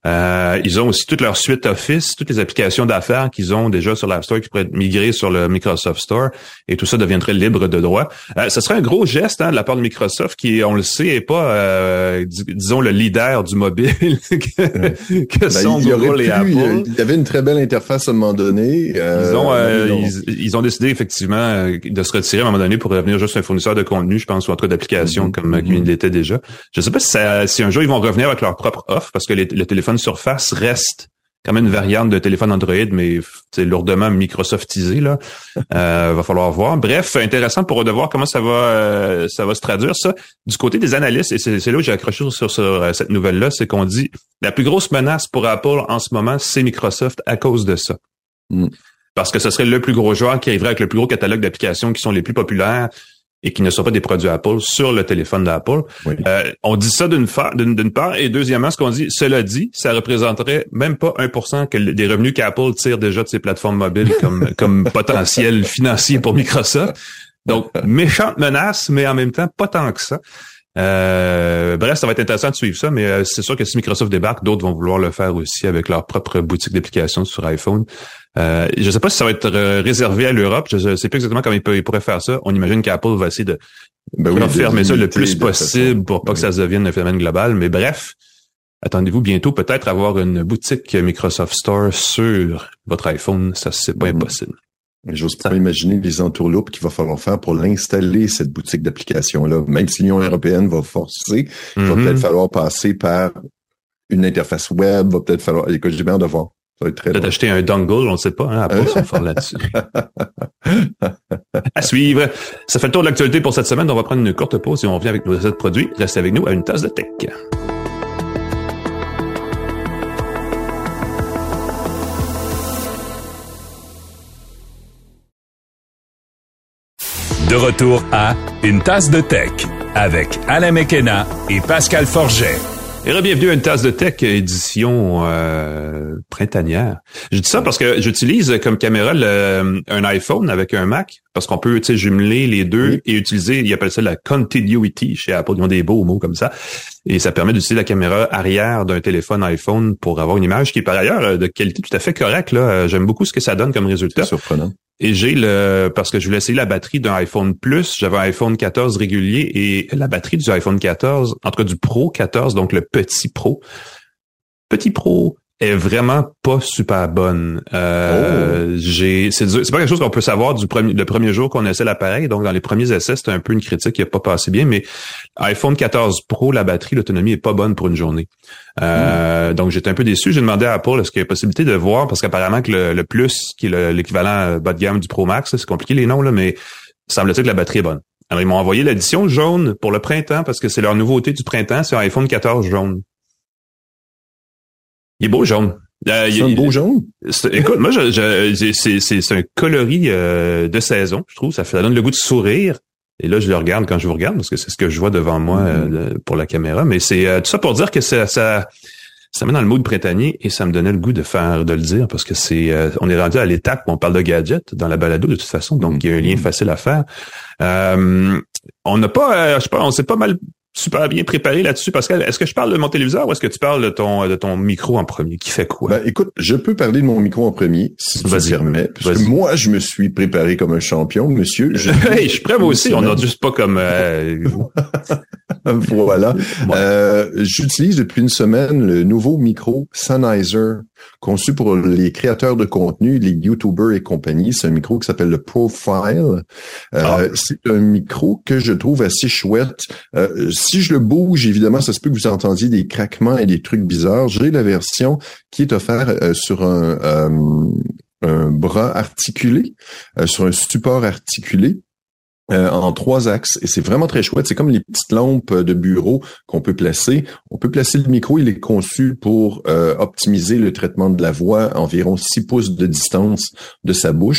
Euh, ils ont aussi toute leur suite Office, toutes les applications d'affaires qu'ils ont déjà sur l'App Store qui pourraient être migrées sur le Microsoft Store et tout ça deviendrait libre de droit. Euh, ce serait un gros geste hein, de la part de Microsoft qui, on le sait, est pas, euh, dis, disons, le leader du mobile que, que ben, sont Google et Apple. Il y avait une très belle interface à un moment donné. Euh, ils, ont, euh, ils, ont... Ils, ils ont décidé effectivement de se retirer à un moment donné pour devenir juste un fournisseur de contenu, je pense, ou en tout cas d'applications mm-hmm. comme mm-hmm. il l'était déjà. Je sais pas si, ça, si un jour ils vont revenir avec leur propre offre parce que les, le téléphone Surface reste quand même une variante de téléphone Android, mais c'est lourdement Microsoftisé là. Euh, va falloir voir. Bref, intéressant pour de voir comment ça va euh, ça va se traduire ça. Du côté des analystes, et c'est, c'est là où j'ai accroché sur, sur euh, cette nouvelle-là, c'est qu'on dit la plus grosse menace pour Apple en ce moment, c'est Microsoft à cause de ça. Mm. Parce que ce serait le plus gros joueur qui arriverait avec le plus gros catalogue d'applications qui sont les plus populaires et qui ne sont pas des produits Apple sur le téléphone d'Apple. Oui. Euh, on dit ça d'une, fa- d'une, d'une part, et deuxièmement, ce qu'on dit, cela dit, ça représenterait même pas un pour cent que le, des revenus qu'Apple tire déjà de ses plateformes mobiles comme, comme potentiel financier pour Microsoft. Donc, méchante menace, mais en même temps, pas tant que ça. Euh, bref, ça va être intéressant de suivre ça, mais euh, c'est sûr que si Microsoft débarque, d'autres vont vouloir le faire aussi avec leur propre boutique d'applications sur iPhone. Euh, je ne sais pas si ça va être réservé à l'Europe. Je ne sais pas exactement comment ils, peut, ils pourraient faire ça. On imagine qu'Apple va essayer de ben oui, fermer ça le plus possible pour pas que ça se devienne un phénomène global. Mais bref, attendez-vous bientôt peut-être avoir une boutique Microsoft Store sur votre iPhone. Ça, c'est pas mm-hmm. impossible. J'ose pas imaginer les entourloupes qu'il va falloir faire pour l'installer, cette boutique d'application-là. Même si l'Union européenne va forcer, il va mm-hmm. peut-être falloir passer par une interface web, va peut-être falloir... Écoute, j'ai bien hâte de voir. Ça va être très peut-être acheter un dongle, on ne sait pas, hein, Apple sont forts là-dessus. À suivre. Ça fait le tour de l'actualité pour cette semaine. On va prendre une courte pause et on revient avec nos recettes produits. Restez avec nous à une tasse de tech. De retour à Une tasse de tech avec Alain McKenna et Pascal Forget. Et bienvenue à Une tasse de tech édition euh, printanière. Je dis ça parce que j'utilise comme caméra le, un iPhone avec un Mac parce qu'on peut, tu sais, jumeler les deux oui. et utiliser, ils appellent ça la continuity chez Apple. Ils ont des beaux mots comme ça. Et ça permet d'utiliser la caméra arrière d'un téléphone iPhone pour avoir une image qui est par ailleurs de qualité tout à fait correcte. Là. J'aime beaucoup ce que ça donne comme résultat. C'est surprenant. Et j'ai le, parce que je voulais essayer la batterie d'un iPhone Plus, j'avais un iPhone quatorze régulier et la batterie du iPhone quatorze, en tout cas du Pro quatorze, donc le petit Pro, petit Pro est vraiment pas super bonne. Euh, oh. j'ai, c'est, c'est pas quelque chose qu'on peut savoir du premier, le premier jour qu'on essaie l'appareil. Donc, dans les premiers essais, c'était un peu une critique qui a pas passé bien, mais iPhone quatorze Pro, la batterie, l'autonomie est pas bonne pour une journée. Euh, mm. Donc, j'étais un peu déçu. J'ai demandé à Apple, est-ce qu'il y a possibilité de voir, parce qu'apparemment que le, le Plus, qui est le, l'équivalent bas de gamme du Pro Max, là, c'est compliqué les noms, là, mais semble-t-il que la batterie est bonne. Alors, ils m'ont envoyé l'édition jaune pour le printemps, parce que c'est leur nouveauté du printemps, c'est un iPhone quatorze jaune. Il est beau jaune. Euh, c'est il, un beau jaune? Écoute, moi, je, je, c'est, c'est, c'est un coloris euh, de saison, je trouve. Ça, fait, ça donne le goût de sourire. Et là, je le regarde quand je vous regarde, parce que c'est ce que je vois devant moi mm-hmm. euh, pour la caméra. Mais c'est euh, tout ça pour dire que ça, ça, ça met dans le mood printanier et ça me donnait le goût de faire, de le dire, parce que c'est, euh, on est rendu à l'étape où on parle de gadgets dans la balado de toute façon, donc mm-hmm. il y a un lien facile à faire. Euh, on n'a pas, euh, je sais pas, on s'est pas mal super bien préparé là-dessus. Pascal, est-ce que je parle de mon téléviseur ou est-ce que tu parles de ton de ton micro en premier? Qui fait quoi? Ben, écoute, je peux parler de mon micro en premier, si vas-y, tu me permets. Parce vas-y. que moi, je me suis préparé comme un champion, monsieur. Je, hey, je suis prêt moi aussi. On n'a juste pas comme... Euh... voilà. Ouais. Euh, j'utilise depuis une semaine le nouveau micro Sennheiser, conçu pour les créateurs de contenu, les YouTubers et compagnie. C'est un micro qui s'appelle le Profile. Euh, ah. C'est un micro que je trouve assez chouette. Euh, si je le bouge, évidemment, ça se peut que vous entendiez des craquements et des trucs bizarres. J'ai la version qui est offerte euh, sur un, euh, un bras articulé, euh, sur un support articulé. Euh, en trois axes, et c'est vraiment très chouette. C'est comme les petites lampes de bureau qu'on peut placer. On peut placer le micro, il est conçu pour euh, optimiser le traitement de la voix à environ six pouces de distance de sa bouche.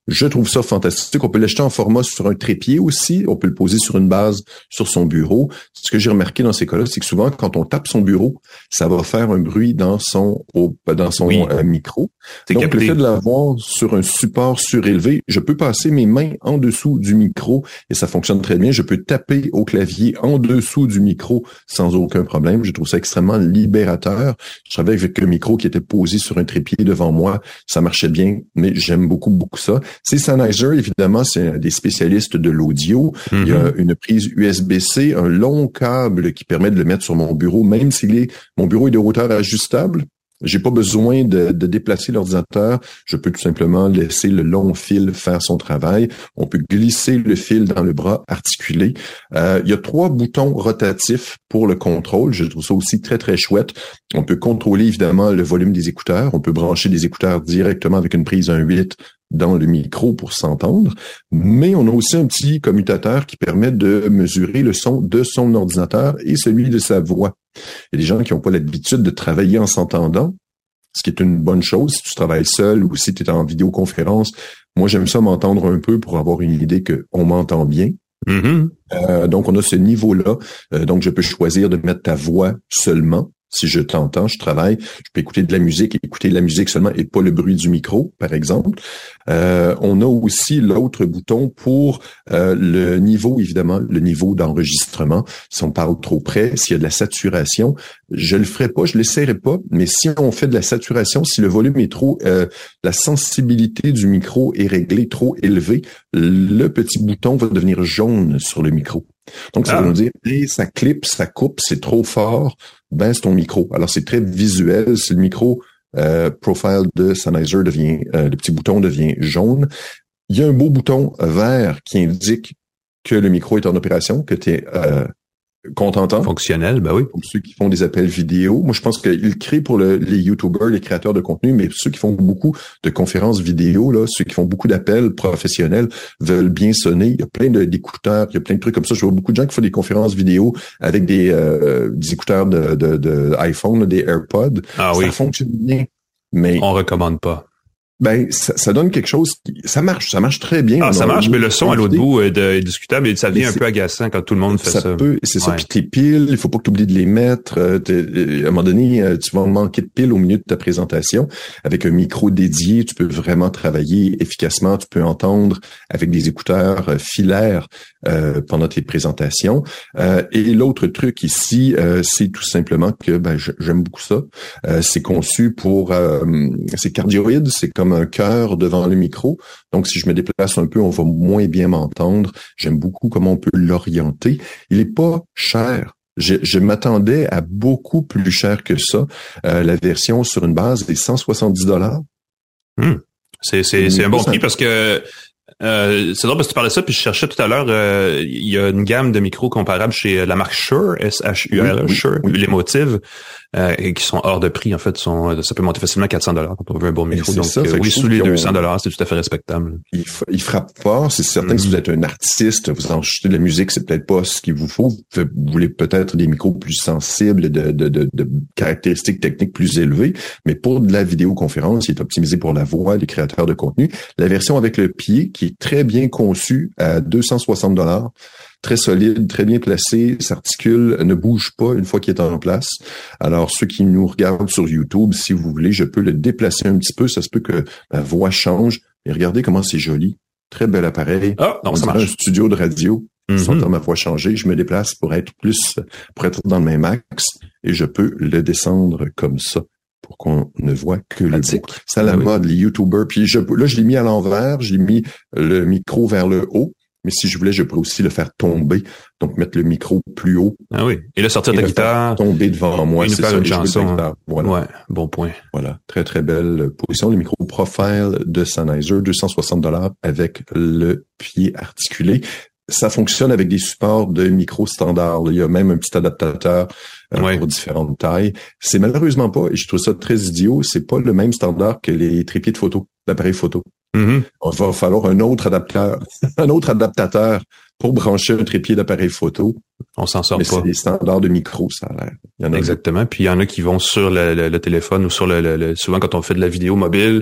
Je trouve ça fantastique. On peut l'acheter en format sur un trépied aussi. On peut le poser sur une base sur son bureau. Ce que j'ai remarqué dans ces cas-là, c'est que souvent, quand on tape son bureau, ça va faire un bruit dans son dans son oui. euh, micro. C'est Donc, capté. Le fait de l'avoir sur un support surélevé, je peux passer mes mains en dessous du micro et ça fonctionne très bien. Je peux taper au clavier en dessous du micro sans aucun problème. Je trouve ça extrêmement libérateur. Je savais avec le micro qui était posé sur un trépied devant moi, ça marchait bien, mais j'aime beaucoup, beaucoup ça. C'est Sennheiser, évidemment, c'est des spécialistes de l'audio. Mm-hmm. Il y a une prise U S B C, un long câble qui permet de le mettre sur mon bureau, même s'il est, mon bureau est de hauteur ajustable. J'ai pas besoin de, de déplacer l'ordinateur. Je peux tout simplement laisser le long fil faire son travail. On peut glisser le fil dans le bras articulé. Euh, il y a trois boutons rotatifs pour le contrôle. Je trouve ça aussi très, très chouette. On peut contrôler évidemment le volume des écouteurs. On peut brancher des écouteurs directement avec une prise un huit dans le micro pour s'entendre. Mais on a aussi un petit commutateur qui permet de mesurer le son de son ordinateur et celui de sa voix. Il y a des gens qui n'ont pas l'habitude de travailler en s'entendant, ce qui est une bonne chose si tu travailles seul ou si tu es en vidéoconférence. Moi, j'aime ça m'entendre un peu pour avoir une idée qu'on m'entend bien. Mm-hmm. Euh, donc, on a ce niveau-là. Euh, donc, je peux choisir de mettre ta voix seulement. Si je t'entends, je travaille, je peux écouter de la musique, écouter de la musique seulement et pas le bruit du micro, par exemple. Euh, on a aussi l'autre bouton pour euh, le niveau, évidemment, le niveau d'enregistrement. Si on parle trop près, s'il y a de la saturation, je le ferai pas, je l'essaierai pas, mais si on fait de la saturation, si le volume est trop, euh, la sensibilité du micro est réglée trop élevée, le petit bouton va devenir jaune sur le micro. Donc, ça ah. veut nous dire, hey, ça clip, ça coupe, c'est trop fort, ben c'est ton micro. Alors, c'est très visuel. Si le micro euh, profile de Sennheiser devient, euh, le petit bouton devient jaune, il y a un beau bouton vert qui indique que le micro est en opération, que tu es euh, contentant. Fonctionnel, ben oui. Pour ceux qui font des appels vidéo. Moi, je pense qu'il crée pour le, les YouTubers, les créateurs de contenu, mais ceux qui font beaucoup de conférences vidéo, là, ceux qui font beaucoup d'appels professionnels veulent bien sonner. Il y a plein de, d'écouteurs, il y a plein de trucs comme ça. Je vois beaucoup de gens qui font des conférences vidéo avec des, euh, des écouteurs de, de, de iPhone, là, des AirPods. Ah ça oui. fonctionne bien. Mais on recommande pas. Ben, ça, ça donne quelque chose qui, ça marche, ça marche très bien. Ah, ça marche, mais le son à l'autre bout est, de, est discutable et ça devient un peu agaçant quand tout le monde fait ça. Ça peut, c'est ouais. ça. Puis tes piles, il faut pas que tu oublies de les mettre. Euh, à un moment donné, tu vas manquer de piles au milieu de ta présentation. Avec un micro dédié, tu peux vraiment travailler efficacement. Tu peux entendre avec des écouteurs euh, filaires euh, pendant tes présentations. Euh, et l'autre truc ici, euh, c'est tout simplement que ben j'aime beaucoup ça. Euh, c'est conçu pour, euh, c'est cardioïde, c'est comme un cœur devant le micro. Donc, si je me déplace un peu, on va moins bien m'entendre. J'aime beaucoup comment on peut l'orienter. Il est pas cher. Je, je m'attendais à beaucoup plus cher que ça. Euh, la version sur une base est cent soixante-dix dollars. Mmh. C'est, c'est, c'est un bon prix parce que Euh, c'est drôle parce que tu parlais de ça, puis je cherchais tout à l'heure, euh, il y a une gamme de micros comparables chez la marque Shure, S H U R, oui, Shure, oui, oui. Les Motive, euh, et qui sont hors de prix, en fait, sont, ça peut monter facilement à quatre cents dollars quand on veut un bon micro. Donc, ça, euh, oui, sous les deux cents dollars, c'est tout à fait respectable. Il, il frappe fort, c'est certain mm. que si vous êtes un artiste, vous enregistrez de la musique, c'est peut-être pas ce qu'il vous faut. Vous voulez peut-être des micros plus sensibles, de, de, de, de caractéristiques techniques plus élevées, mais pour de la vidéoconférence, il est optimisé pour la voix, les créateurs de contenu. La version avec le pied, qui est très bien conçu à deux cent soixante dollars, très solide, très bien placé, s'articule, ne bouge pas une fois qu'il est en place. Alors, ceux qui nous regardent sur YouTube, si vous voulez, je peux le déplacer un petit peu, ça se peut que ma voix change. Et regardez comment c'est joli. Très bel appareil. Ah, non, ça marche. Un studio de radio. Mm-hmm. J'entends ma voix changer, je me déplace pour être plus, pour être dans le même axe, et je peux le descendre comme ça, pour qu'on ne voit que le bout. C'est à la oui. mode, les YouTubers. Puis je, là, je l'ai mis à l'envers, j'ai mis le micro vers le haut, mais si je voulais, je pourrais aussi le faire tomber, donc mettre le micro plus haut. Ah oui. Et là, sortir ta guitare. Tomber devant moi. Et nous faire ça, une chanson. Voilà. Ouais, bon point. Voilà. Très, très belle position. Le micro profile de Sennheiser, deux cent soixante dollars avec le pied articulé. Ça fonctionne avec des supports de micro standards. Il y a même un petit adaptateur euh, ouais. pour différentes tailles. C'est malheureusement pas, et je trouve ça très idiot, c'est pas le même standard que les trépieds de photo, l'appareil photo. Mm-hmm. Il va falloir un autre adaptateur, un autre adaptateur pour brancher un trépied d'appareil photo. On s'en sort Mais pas. C'est des standards de micro, ça a l'air. Il y en a Exactement. Puis il y en a qui vont sur le, le, le téléphone ou sur le, le, le... Souvent, quand on fait de la vidéo mobile,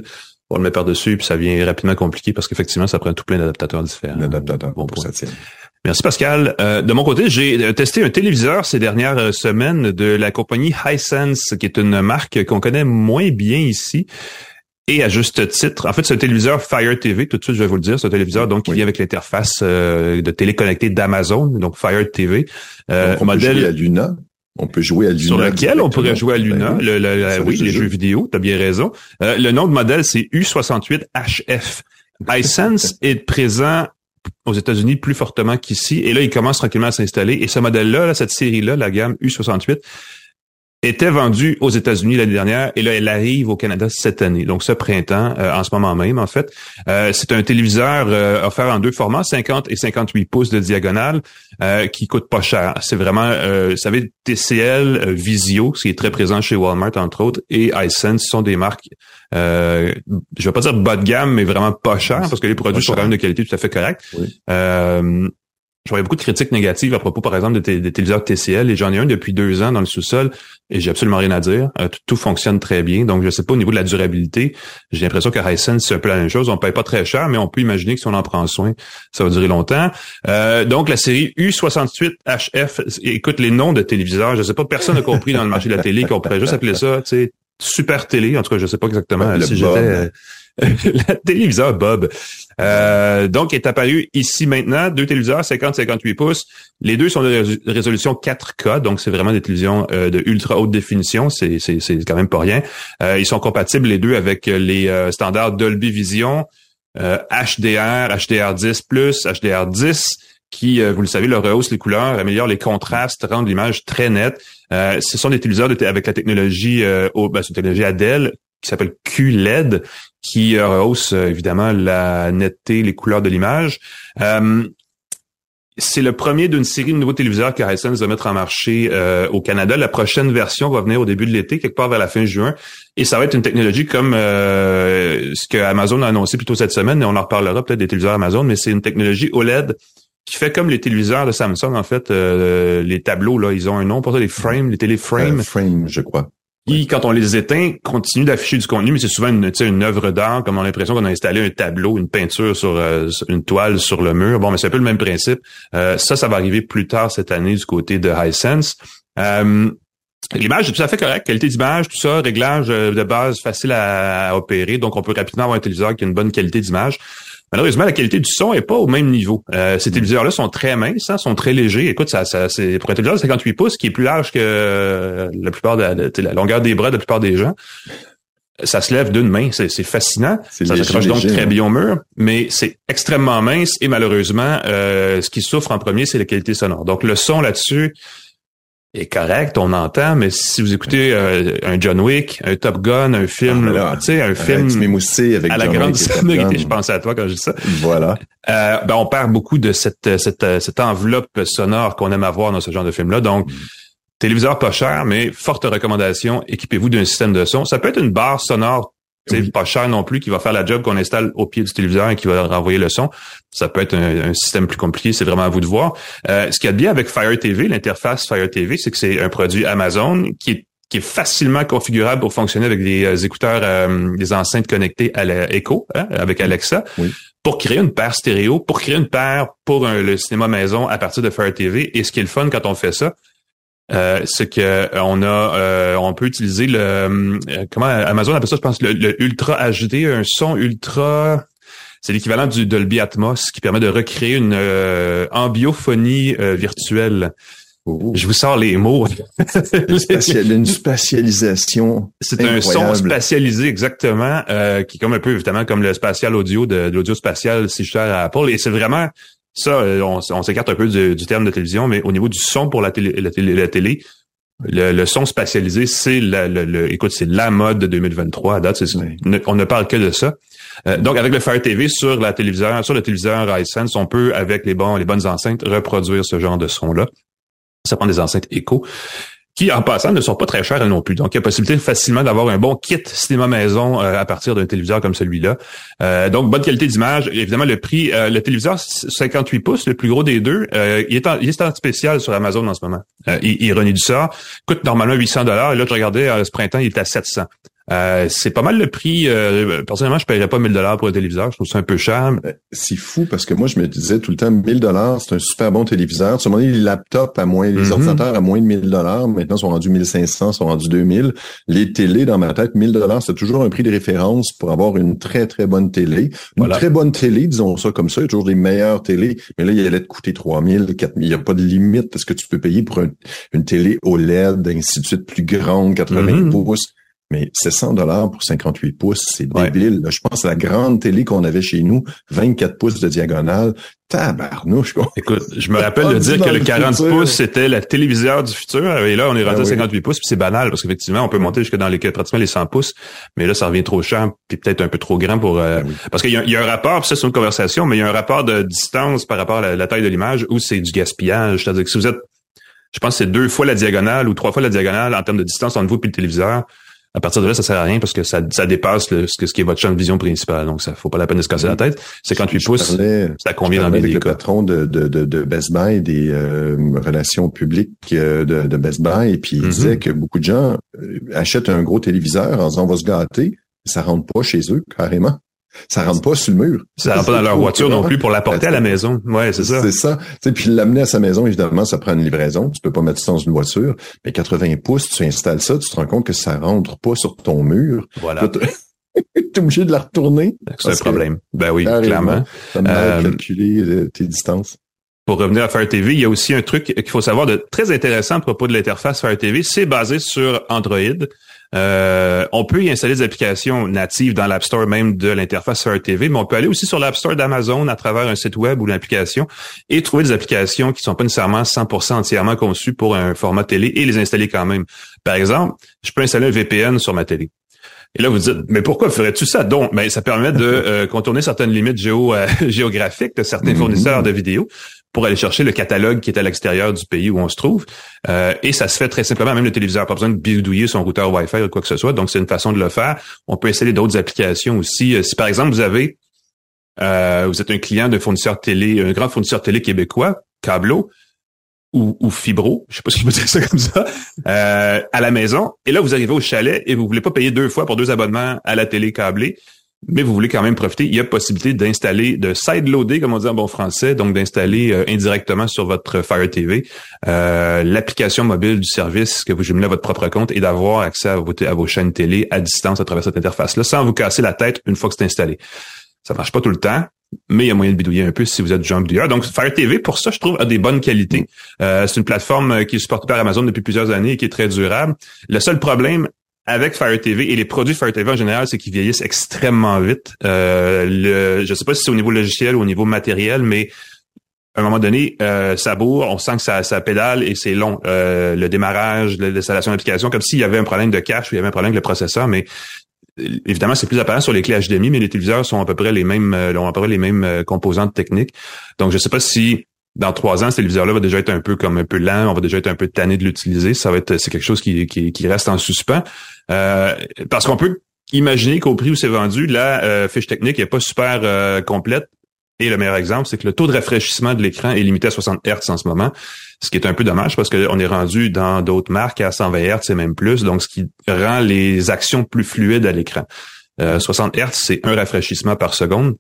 On le met par-dessus, puis ça devient rapidement compliqué parce qu'effectivement, ça prend tout plein d'adaptateurs différents. L'adaptateur, bon pour ça tient. Merci Pascal. Euh, de mon côté, j'ai testé un téléviseur ces dernières semaines de la compagnie Hisense, qui est une marque qu'on connaît moins bien ici. Et à juste titre, en fait, c'est un téléviseur Fire T V, tout de suite je vais vous le dire, c'est un téléviseur donc qui oui. vient avec l'interface euh, de télé connectée d'Amazon, donc Fire T V. Euh, on modèle... peut jouer à Luna. On peut jouer à Luna. Sur lequel on pourrait jouer à Luna, le, le, le, oui, les jeux vidéo, t'as bien raison. Euh, le nom de modèle, c'est U soixante-huit H F. Hisense est présent aux États-Unis plus fortement qu'ici, et là, il commence tranquillement à s'installer. Et ce modèle-là, là, cette série-là, la gamme U soixante-huit, était vendue aux États-Unis l'année dernière, et là, elle arrive au Canada cette année, donc ce printemps, euh, en ce moment même, en fait. Euh, c'est un téléviseur euh, offert en deux formats, cinquante et cinquante-huit pouces de diagonale, euh, qui coûte pas cher. C'est vraiment, euh, vous savez, T C L, euh, Vizio, ce qui est très présent chez Walmart, entre autres, et Hisense sont des marques, euh, je vais pas dire bas de gamme, mais vraiment pas cher, parce que les produits sont quand même de qualité tout à fait correcte. Oui. Euh, Je voyais beaucoup de critiques négatives à propos, par exemple, des, des téléviseurs T C L, et j'en ai un depuis deux ans dans le sous-sol, et j'ai absolument rien à dire. Euh, tout, tout fonctionne très bien, donc je sais pas au niveau de la durabilité. J'ai l'impression que Hisense, c'est un peu la même chose. On paye pas très cher, mais on peut imaginer que si on en prend soin, ça va durer longtemps. Euh, donc la série U soixante-huit H F, écoute, les noms de téléviseurs, je sais pas, personne n'a compris dans le marché de la télé qu'on pourrait juste appeler ça, tu sais, super télé. En tout cas, je sais pas exactement ouais, si j'étais... Euh, la téléviseur Bob. Euh, donc, est apparu ici maintenant, deux téléviseurs cinquante à cinquante-huit pouces. Les deux sont de rés- résolution quatre K, donc c'est vraiment des télévisions euh, de ultra haute définition. C'est, c'est, c'est quand même pas rien. Euh, ils sont compatibles les deux avec les euh, standards Dolby Vision, euh, H D R, H D R dix plus, H D R dix, qui, euh, vous le savez, leur rehausse les couleurs, améliore les contrastes, rend l'image très nette. Euh, ce sont des téléviseurs de t- avec la technologie, euh, oh, ben, c'est une technologie Adel, qui s'appelle Q L E D, qui euh, rehausse euh, évidemment la netteté, les couleurs de l'image. Euh, c'est le premier d'une série de nouveaux téléviseurs que Hisense va mettre en marché euh, au Canada. La prochaine version va venir au début de l'été, quelque part vers la fin juin, et ça va être une technologie comme euh, ce que Amazon a annoncé plus tôt cette semaine, et on en reparlera peut-être des téléviseurs Amazon, mais c'est une technologie O L E D qui fait comme les téléviseurs de Samsung, en fait, euh, les tableaux, là, ils ont un nom pour ça, les frames, les téléframes. Euh, frame, je crois. Qui, quand on les éteint, continuent d'afficher du contenu, mais c'est souvent une, une œuvre d'art, comme on a l'impression qu'on a installé un tableau, une peinture sur euh, une toile sur le mur. Bon, mais c'est un peu le même principe. Euh, ça, ça va arriver plus tard cette année du côté de Hisense. Euh, L'image est tout à fait correcte, qualité d'image, tout ça, réglage de base facile à, à opérer, donc on peut rapidement avoir un téléviseur qui a une bonne qualité d'image. Malheureusement, la qualité du son est pas au même niveau. Euh, ces téléviseurs-là sont très minces, hein, sont très légers. Écoute, ça, ça, c'est pour un téléviseur de cinquante-huit pouces qui est plus large que euh, la plupart de la, de la longueur des bras de la plupart des gens. Ça se lève d'une main, c'est, c'est fascinant. C'est ça léger, s'accroche donc léger, très hein. bien au mur, mais c'est extrêmement mince et malheureusement, euh, ce qui souffre en premier, c'est la qualité sonore. Donc le son là-dessus est correct, on entend, mais si vous écoutez euh, un John Wick, un Top Gun, un film, ah, tu sais, un film avec à la John grande Wick sonorité, je pense à toi quand je dis ça. Voilà. Euh, ben on perd beaucoup de cette cette cette enveloppe sonore qu'on aime avoir dans ce genre de film-là. Donc, mm. téléviseur pas cher, mais forte recommandation, équipez-vous d'un système de son. Ça peut être une barre sonore, oui. pas cher non plus, qui va faire la job qu'on installe au pied du téléviseur et qui va renvoyer le son. Ça peut être un, un système plus compliqué, c'est vraiment à vous de voir. Euh, ce qu'il y a de bien avec Fire T V, l'interface Fire T V, c'est que c'est un produit Amazon qui est qui est facilement configurable pour fonctionner avec des euh, écouteurs, euh, des enceintes connectées à la Echo, hein, avec Alexa, oui. pour créer une paire stéréo, pour créer une paire pour un, le cinéma maison à partir de Fire T V. Et ce qui est le fun quand on fait ça, euh, c'est que euh, on a, euh, on peut utiliser le, euh, comment Amazon appelle ça, je pense, le, le Ultra H D, un son ultra, c'est l'équivalent du Dolby Atmos qui permet de recréer une euh, ambiophonie euh, virtuelle. Oh. Je vous sors les mots. Une, spatial, une spatialisation. C'est incroyable. Un son spatialisé, exactement, euh, qui est comme un peu, évidemment, comme le spatial audio de, de l'audio spatial si cher à Apple. Et c'est vraiment ça, on, on s'écarte un peu du, du terme de télévision, mais au niveau du son pour la télé, la télé, la télé le, le son spatialisé, c'est la, le, le, écoute, c'est la mode de deux mille vingt-trois à date. C'est, oui. ne, on ne parle que de ça. Euh, donc, avec le Fire T V sur la téléviseur, sur le téléviseur Hisense, on peut, avec les bons, les bonnes enceintes, reproduire ce genre de son-là. Ça prend des enceintes Echo, qui, en passant, ne sont pas très chères non plus. Donc, il y a possibilité facilement d'avoir un bon kit cinéma maison euh, à partir d'un téléviseur comme celui-là. Euh, donc, bonne qualité d'image. Évidemment, le prix, euh, le téléviseur cinquante-huit pouces, le plus gros des deux, euh, il est en, il est en spécial sur Amazon en ce moment. Euh, ironie du sort, coûte normalement huit cents dollars. Et là, je regardais, euh, ce printemps, il est à sept cents. Euh, c'est pas mal le prix. Euh, personnellement, je paierais pas mille dollars pour un téléviseur. Je trouve ça un peu cher. C'est fou parce que moi, je me disais tout le temps, mille dollars, c'est un super bon téléviseur. Sur mon les laptops à moins, les mm-hmm. ordinateurs à moins de mille dollars. Maintenant, sont rendus mille cinq cents, sont rendus deux mille. Les télés, dans ma tête, mille dollars, c'est toujours un prix de référence pour avoir une très, très bonne télé. Une voilà. très bonne télé, disons ça comme ça. Il y a toujours des meilleures télés. Mais là, il allait te coûter trois mille, quatre mille. Il n'y a pas de limite de ce que tu peux payer pour un, une télé O L E D, ainsi de suite, plus grande, quatre-vingts mm-hmm. pouces. Mais c'est cent dollars pour cinquante-huit pouces, c'est débile. Ouais. Je pense à la grande télé qu'on avait chez nous, vingt-quatre pouces de diagonale. Tabarnouche, quoi. Écoute, je me rappelle de dire que le quarante pouces, c'était le téléviseur du futur. Et là, on est rendu ah, à cinquante-huit oui. pouces, puis c'est banal, parce qu'effectivement, on peut monter jusque dans les pratiquement les cent pouces. Mais là, ça revient trop cher, puis peut-être un peu trop grand pour... Euh, ah, oui. Parce qu'il y a, il y a un rapport, puis ça, c'est une conversation, mais il y a un rapport de distance par rapport à la, la taille de l'image, où c'est du gaspillage. C'est-à-dire que si vous êtes... Je pense que c'est deux fois la diagonale ou trois fois la diagonale en termes de distance entre vous et le téléviseur. À partir de là, ça sert à rien parce que ça, ça dépasse le, ce, que, ce qui est votre champ de vision principal. Donc, ça faut pas la peine de se casser la tête. cinquante-huit pouces, parlais, ça convient dans bien des cas. Avec le patron de, de, de, de Best Buy, des euh, relations publiques euh, de, de Best Buy, et puis il mm-hmm. disait que beaucoup de gens achètent un gros téléviseur en disant on va se gâter. Ça rentre pas chez eux, carrément. Ça rentre pas sur le mur. Ça rentre pas dans leur voiture non plus pour l'apporter à la maison. Ouais, c'est ça. C'est ça. Tu sais, puis l'amener à sa maison, évidemment, ça prend une livraison. Tu peux pas mettre ça dans une voiture. Mais quatre-vingts pouces, tu installes ça, tu te rends compte que ça rentre pas sur ton mur. Voilà. T'es obligé de la retourner. C'est un problème. Ben oui, clairement. Ça me euh, calculer tes distances. Pour revenir à Fire T V, il y a aussi un truc qu'il faut savoir de très intéressant à propos de l'interface Fire T V. C'est basé sur Android. Euh, on peut y installer des applications natives dans l'App Store même de l'interface Fire T V, mais on peut aller aussi sur l'App Store d'Amazon à travers un site web ou une application et trouver des applications qui sont pas nécessairement cent pour cent entièrement conçues pour un format télé et les installer quand même. Par exemple, je peux installer un V P N sur ma télé. Et là, vous dites, mais pourquoi ferais-tu ça? Donc, ben, ça permet de euh, contourner certaines limites géo, euh, géographiques de certains fournisseurs de vidéos pour aller chercher le catalogue qui est à l'extérieur du pays où on se trouve. Euh, et ça se fait très simplement, même le téléviseur, pas besoin de bidouiller son routeur Wi-Fi ou quoi que ce soit. Donc, c'est une façon de le faire. On peut installer d'autres applications aussi. Si, par exemple, vous avez, euh, vous êtes un client d'un fournisseur télé, un grand fournisseur télé québécois, Câblo, ou, ou Fibro, je sais pas si je peux dire ça comme ça, euh, à la maison. Et là, vous arrivez au chalet et vous voulez pas payer deux fois pour deux abonnements à la télé câblée, mais vous voulez quand même profiter. Il y a possibilité d'installer, de sideloader, comme on dit en bon français, donc d'installer euh, indirectement sur votre Fire T V euh, l'application mobile du service que vous jumelez à votre propre compte et d'avoir accès à vos, à vos chaînes télé à distance à travers cette interface-là, sans vous casser la tête une fois que c'est installé. Ça marche pas tout le temps, mais il y a moyen de bidouiller un peu si vous êtes du genre bidouilleur. Donc, Fire T V, pour ça, je trouve, a des bonnes qualités. Euh, c'est une plateforme qui est supportée par Amazon depuis plusieurs années et qui est très durable. Le seul problème avec Fire T V et les produits Fire T V en général, c'est qu'ils vieillissent extrêmement vite. Euh, le, je sais pas si c'est au niveau logiciel ou au niveau matériel, mais à un moment donné, euh, ça bourre, on sent que ça, ça pédale et c'est long. Euh, le démarrage, l'installation d'application, comme s'il y avait un problème de cache ou il y avait un problème avec le processeur, mais évidemment, c'est plus apparent sur les clés H D M I, mais les téléviseurs sont à peu près les mêmes, ont à peu près les mêmes composantes techniques. Donc, je sais pas si dans trois ans, ce téléviseur-là va déjà être un peu comme un peu lent, on va déjà être un peu tanné de l'utiliser. Ça va être, c'est quelque chose qui, qui, qui reste en suspens. Euh, parce qu'on peut imaginer qu'au prix où c'est vendu, la euh, fiche technique n'est pas super euh, complète. Et le meilleur exemple, c'est que le taux de rafraîchissement de l'écran est limité à soixante hertz en ce moment, ce qui est un peu dommage parce qu'on est rendu dans d'autres marques à cent vingt hertz et même plus, donc ce qui rend les actions plus fluides à l'écran. Euh, soixante hertz, c'est un rafraîchissement par seconde.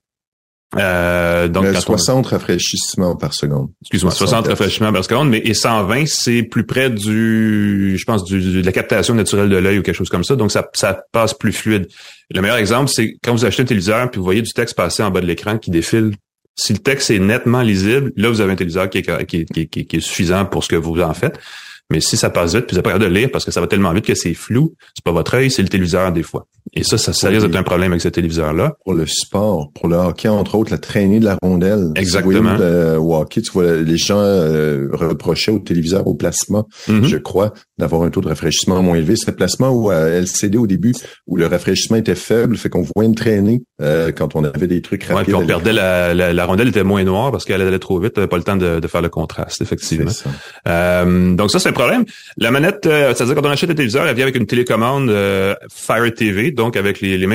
Euh, donc euh, soixante on... rafraîchissements par seconde. Excuse-moi, soixante rafraîchissements par seconde, mais et cent vingt, c'est plus près du, je pense, du, de la captation naturelle de l'œil ou quelque chose comme ça. Donc ça, ça passe plus fluide. Le meilleur exemple, c'est quand vous achetez un téléviseur puis vous voyez du texte passer en bas de l'écran qui défile. Si le texte est nettement lisible, là vous avez un téléviseur qui est, qui est, qui est, qui est, qui est suffisant pour ce que vous en faites. Mais si ça passe vite, puis vous n'avez pas capable de lire parce que ça va tellement vite que c'est flou, c'est pas votre œil, c'est le téléviseur des fois. Et ça, ça, ça risque d'être un problème avec ce téléviseur-là. Pour le sport, pour le hockey, entre autres, la traînée de la rondelle. Exactement. Si le hockey, tu vois, les gens euh, reprochaient au téléviseur au placement, mm-hmm. je crois, d'avoir un taux de rafraîchissement moins élevé. C'était le placement où à L C D au début, où le rafraîchissement était faible, fait qu'on voyait une traînée euh, quand on avait des trucs rapides. Ouais, puis on perdait la, la, la rondelle était moins noire parce qu'elle allait trop vite, pas le temps de, de faire le contraste, effectivement. Ça. Euh, donc ça, c'est un problème. La manette, euh, c'est-à-dire quand on achète un téléviseur, elle vient avec une télécommande euh, Fire T V, donc avec les, les mêmes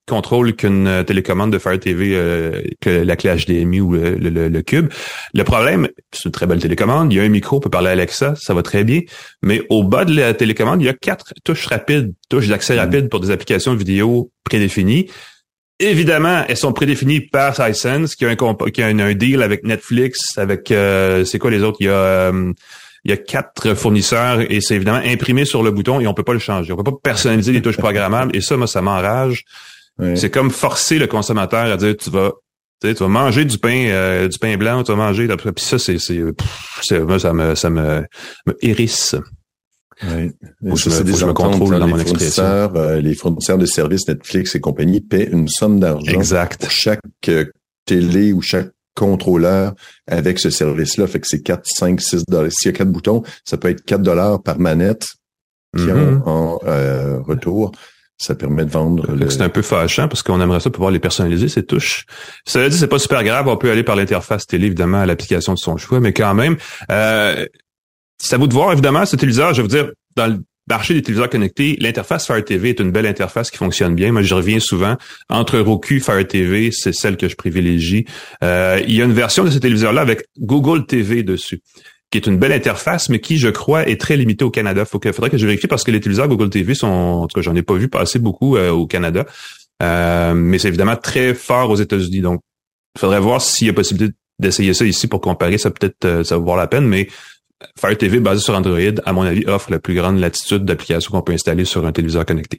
contrôle qu'une télécommande de Fire T V, euh, que la clé H D M I ou le, le, le cube. Le problème, c'est une très belle télécommande, il y a un micro, on peut parler à Alexa, ça va très bien, mais au bas de la télécommande, il y a quatre touches rapides, touches d'accès rapide pour des applications vidéo prédéfinies. Évidemment, elles sont prédéfinies par Hisense, qui a un, comp- qui a un, un deal avec Netflix, avec, euh, c'est quoi les autres? Il y a... Euh, Il y a quatre fournisseurs et c'est évidemment imprimé sur le bouton et on peut pas le changer. On peut pas personnaliser les touches programmables et ça, moi, ça m'enrage. Oui. C'est comme forcer le consommateur à dire tu vas, tu sais, tu vas manger du pain, euh, du pain blanc, tu vas manger. Puis ça, c'est, c'est, pff, c'est, moi, ça me, ça me, me hérisse. Oui. Faut ça, c'est des ententes dans, dans les fournisseurs, euh, les fournisseurs de services Netflix et compagnie paient une somme d'argent exact. Pour chaque euh, télé ou chaque contrôleur avec ce service-là. Fait que c'est quatre, cinq, six dollars. S'il y a quatre boutons, ça peut être quatre dollars par manette qui mm-hmm. ont en euh, retour. Ça permet de vendre. Le... C'est un peu fâchant parce qu'on aimerait ça pouvoir les personnaliser, ces touches. Cela dit, c'est pas super grave. On peut aller par l'interface télé, évidemment, à l'application de son choix, mais quand même, euh, c'est à vous de voir, évidemment, ce téléviseur. Je veux dire, dans le marché des téléviseurs connectés, l'interface Fire T V est une belle interface qui fonctionne bien. Moi, je reviens souvent. Entre Roku et Fire T V, c'est celle que je privilégie. Euh, il y a une version de ce téléviseur-là avec Google T V dessus, qui est une belle interface, mais qui, je crois, est très limitée au Canada. Faut que, faudrait que je vérifie parce que les téléviseurs Google T V sont, en tout cas, j'en ai pas vu passer beaucoup euh, au Canada. Euh, mais c'est évidemment très fort aux États-Unis. Donc, il faudrait voir s'il y a possibilité d'essayer ça ici pour comparer. Ça peut-être, euh, ça va valoir la peine, mais Fire T V basé sur Android, à mon avis, offre la plus grande latitude d'applications qu'on peut installer sur un téléviseur connecté.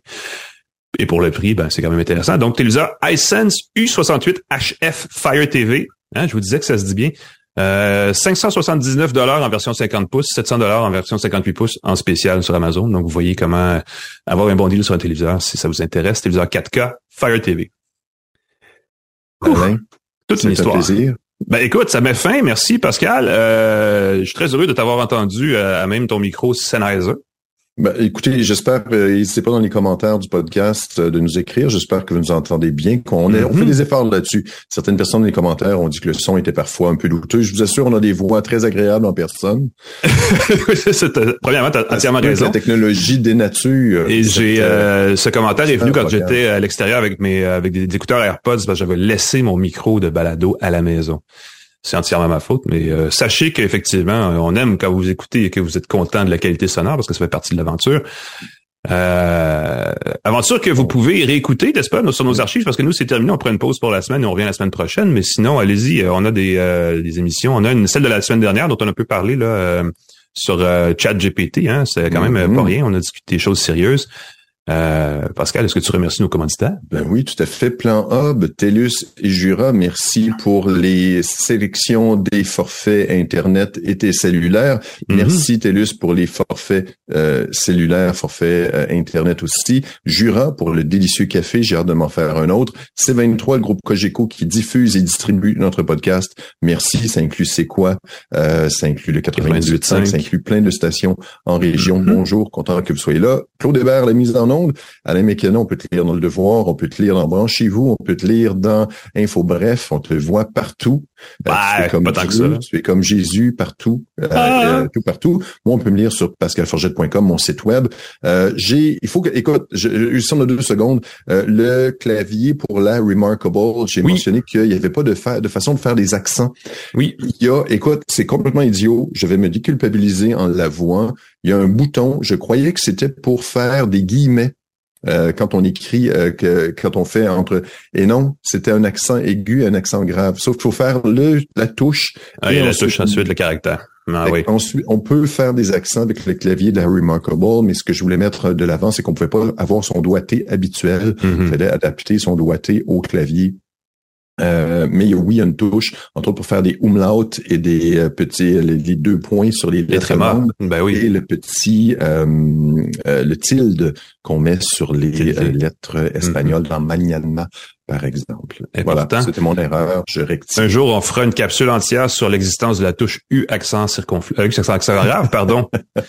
Et pour le prix, ben c'est quand même intéressant. Donc, téléviseur Hisense U soixante-huit H F Fire T V. Hein, je vous disais que ça se dit bien. Euh, cinq cent soixante-dix-neuf dollars en version cinquante pouces, sept cents dollars en version cinquantahuit pouces en spécial sur Amazon. Donc, vous voyez comment avoir un bon deal sur un téléviseur si ça vous intéresse. Téléviseur quatre K Fire T V. Alain, toute une histoire. Plaisir. Ben écoute, ça met fin. Merci Pascal. Euh, je suis très heureux de t'avoir entendu à, à même ton micro Sennheiser. Ben, écoutez, j'espère, euh, n'hésitez pas dans les commentaires du podcast euh, de nous écrire. J'espère que vous nous entendez bien, qu'on est, mm-hmm. on fait des efforts là-dessus. Certaines personnes dans les commentaires ont dit que le son était parfois un peu douteux. Je vous assure, on a des voix très agréables en personne. c'est, euh, premièrement, tu as entièrement raison. La technologie dénature. Et j'ai euh, ce commentaire est venu quand j'étais à l'extérieur avec mes avec des, des écouteurs AirPods parce que j'avais laissé mon micro de balado à la maison. C'est entièrement ma faute, mais euh, sachez qu'effectivement, on aime quand vous écoutez et que vous êtes content de la qualité sonore parce que ça fait partie de l'aventure. Euh, aventure que vous pouvez réécouter, n'est-ce pas, sur nos archives, parce que nous, c'est terminé, on prend une pause pour la semaine et on revient la semaine prochaine, mais sinon, allez-y, on a des, euh, des émissions. On a une celle de la semaine dernière dont on a un peu parlé là euh, sur euh, ChatGPT, hein, c'est quand même mm-hmm. pas rien, on a discuté des choses sérieuses. Euh, Pascal, est-ce que tu remercies nos commanditaires? Ben oui, tout à fait. Plan Hub, TELUS et Jura, merci pour les sélections des forfaits Internet et cellulaires. Mm-hmm. Merci TELUS pour les forfaits euh, cellulaires, forfaits euh, Internet aussi. Jura pour le délicieux café, j'ai hâte de m'en faire un autre. C vingt-trois, le groupe Cogeco qui diffuse et distribue notre podcast. Merci, ça inclut C'est quoi? Euh, ça inclut le quatre-vingt-dix-huit virgule cinq, ça inclut plein de stations en région. Mm-hmm. Bonjour, content que vous soyez là. Claude Hébert, la mise en Alain McKenna, on peut te lire dans Le Devoir, on peut te lire dans Branchez-vous, on peut te lire dans Info Bref, on te voit partout. Bah, euh, tu es comme pas tant que ça. Tu es comme Jésus partout, euh, ah. euh, tout partout. Moi, on peut me lire sur pascal forget point com, mon site web. Euh, j'ai, il faut que, écoute, je, je, de deux secondes, euh, le clavier pour la Remarkable, j'ai oui. mentionné qu'il n'y avait pas de, fa- de façon de faire des accents. Oui. Il y a, écoute, c'est complètement idiot. Je vais me déculpabiliser en l'avouant. Il y a un bouton, je croyais que c'était pour faire des guillemets. Euh, quand on écrit, euh, que quand on fait entre et non, c'était un accent aigu, un accent grave. Sauf qu'il faut faire le la touche. Ah, et, et la ensuite, touche ensuite le caractère. Ah, oui. Ensuite, on peut faire des accents avec le clavier de la Remarkable, mais ce que je voulais mettre de l'avant, c'est qu'on pouvait pas avoir son doigté habituel. Mm-hmm. Il fallait adapter son doigté au clavier. Euh, mais oui, il y a une touche, entre autres pour faire des umlauts et des euh, petits, les, les deux points sur les lettres mortes. Ben oui. Et le petit, euh, euh, le tilde qu'on met sur les euh, lettres espagnoles mm-hmm. dans mañana, par exemple. Et voilà, pourtant, c'était mon erreur, je rectifie. Un jour, on fera une capsule entière sur l'existence de la touche U accent circonflexe, euh, accent, accent grave, pardon.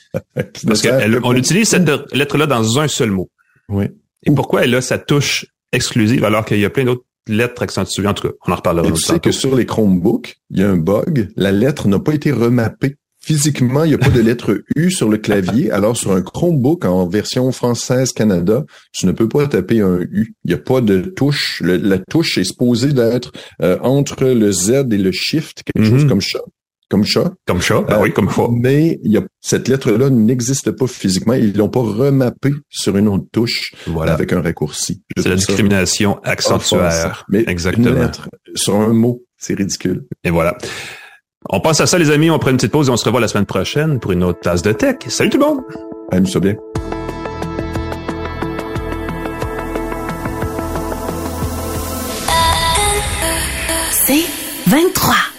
Parce qu'on utilise cette lettre-là dans un seul mot. Oui. Et pourquoi elle a sa touche exclusive alors qu'il y a plein d'autres lettres accentuées? En tout cas, on en reparlera. Et tu sais que sur les Chromebooks, il y a un bug. La lettre n'a pas été remappée. physiquement, il n'y a pas de lettre U sur le clavier. Alors, sur un Chromebook en version française Canada, tu ne peux pas taper un U. Il n'y a pas de touche. Le, la touche est supposée d'être euh, entre le Z et le Shift, quelque mm-hmm. chose comme ça. Comme chat. Comme chat, ben euh, oui, comme fois. Mais il y a, cette lettre-là n'existe pas physiquement. Ils l'ont pas remappée sur une autre touche voilà. avec un raccourci. Je c'est la discrimination ça. accentuaire. Mais exactement. Une lettre sur un mot, c'est ridicule. Et voilà. On pense à ça, les amis. On prend une petite pause et on se revoit la semaine prochaine pour une autre tasse de tech. Salut tout le monde! Amuse-toi bien. C'est vingt-trois.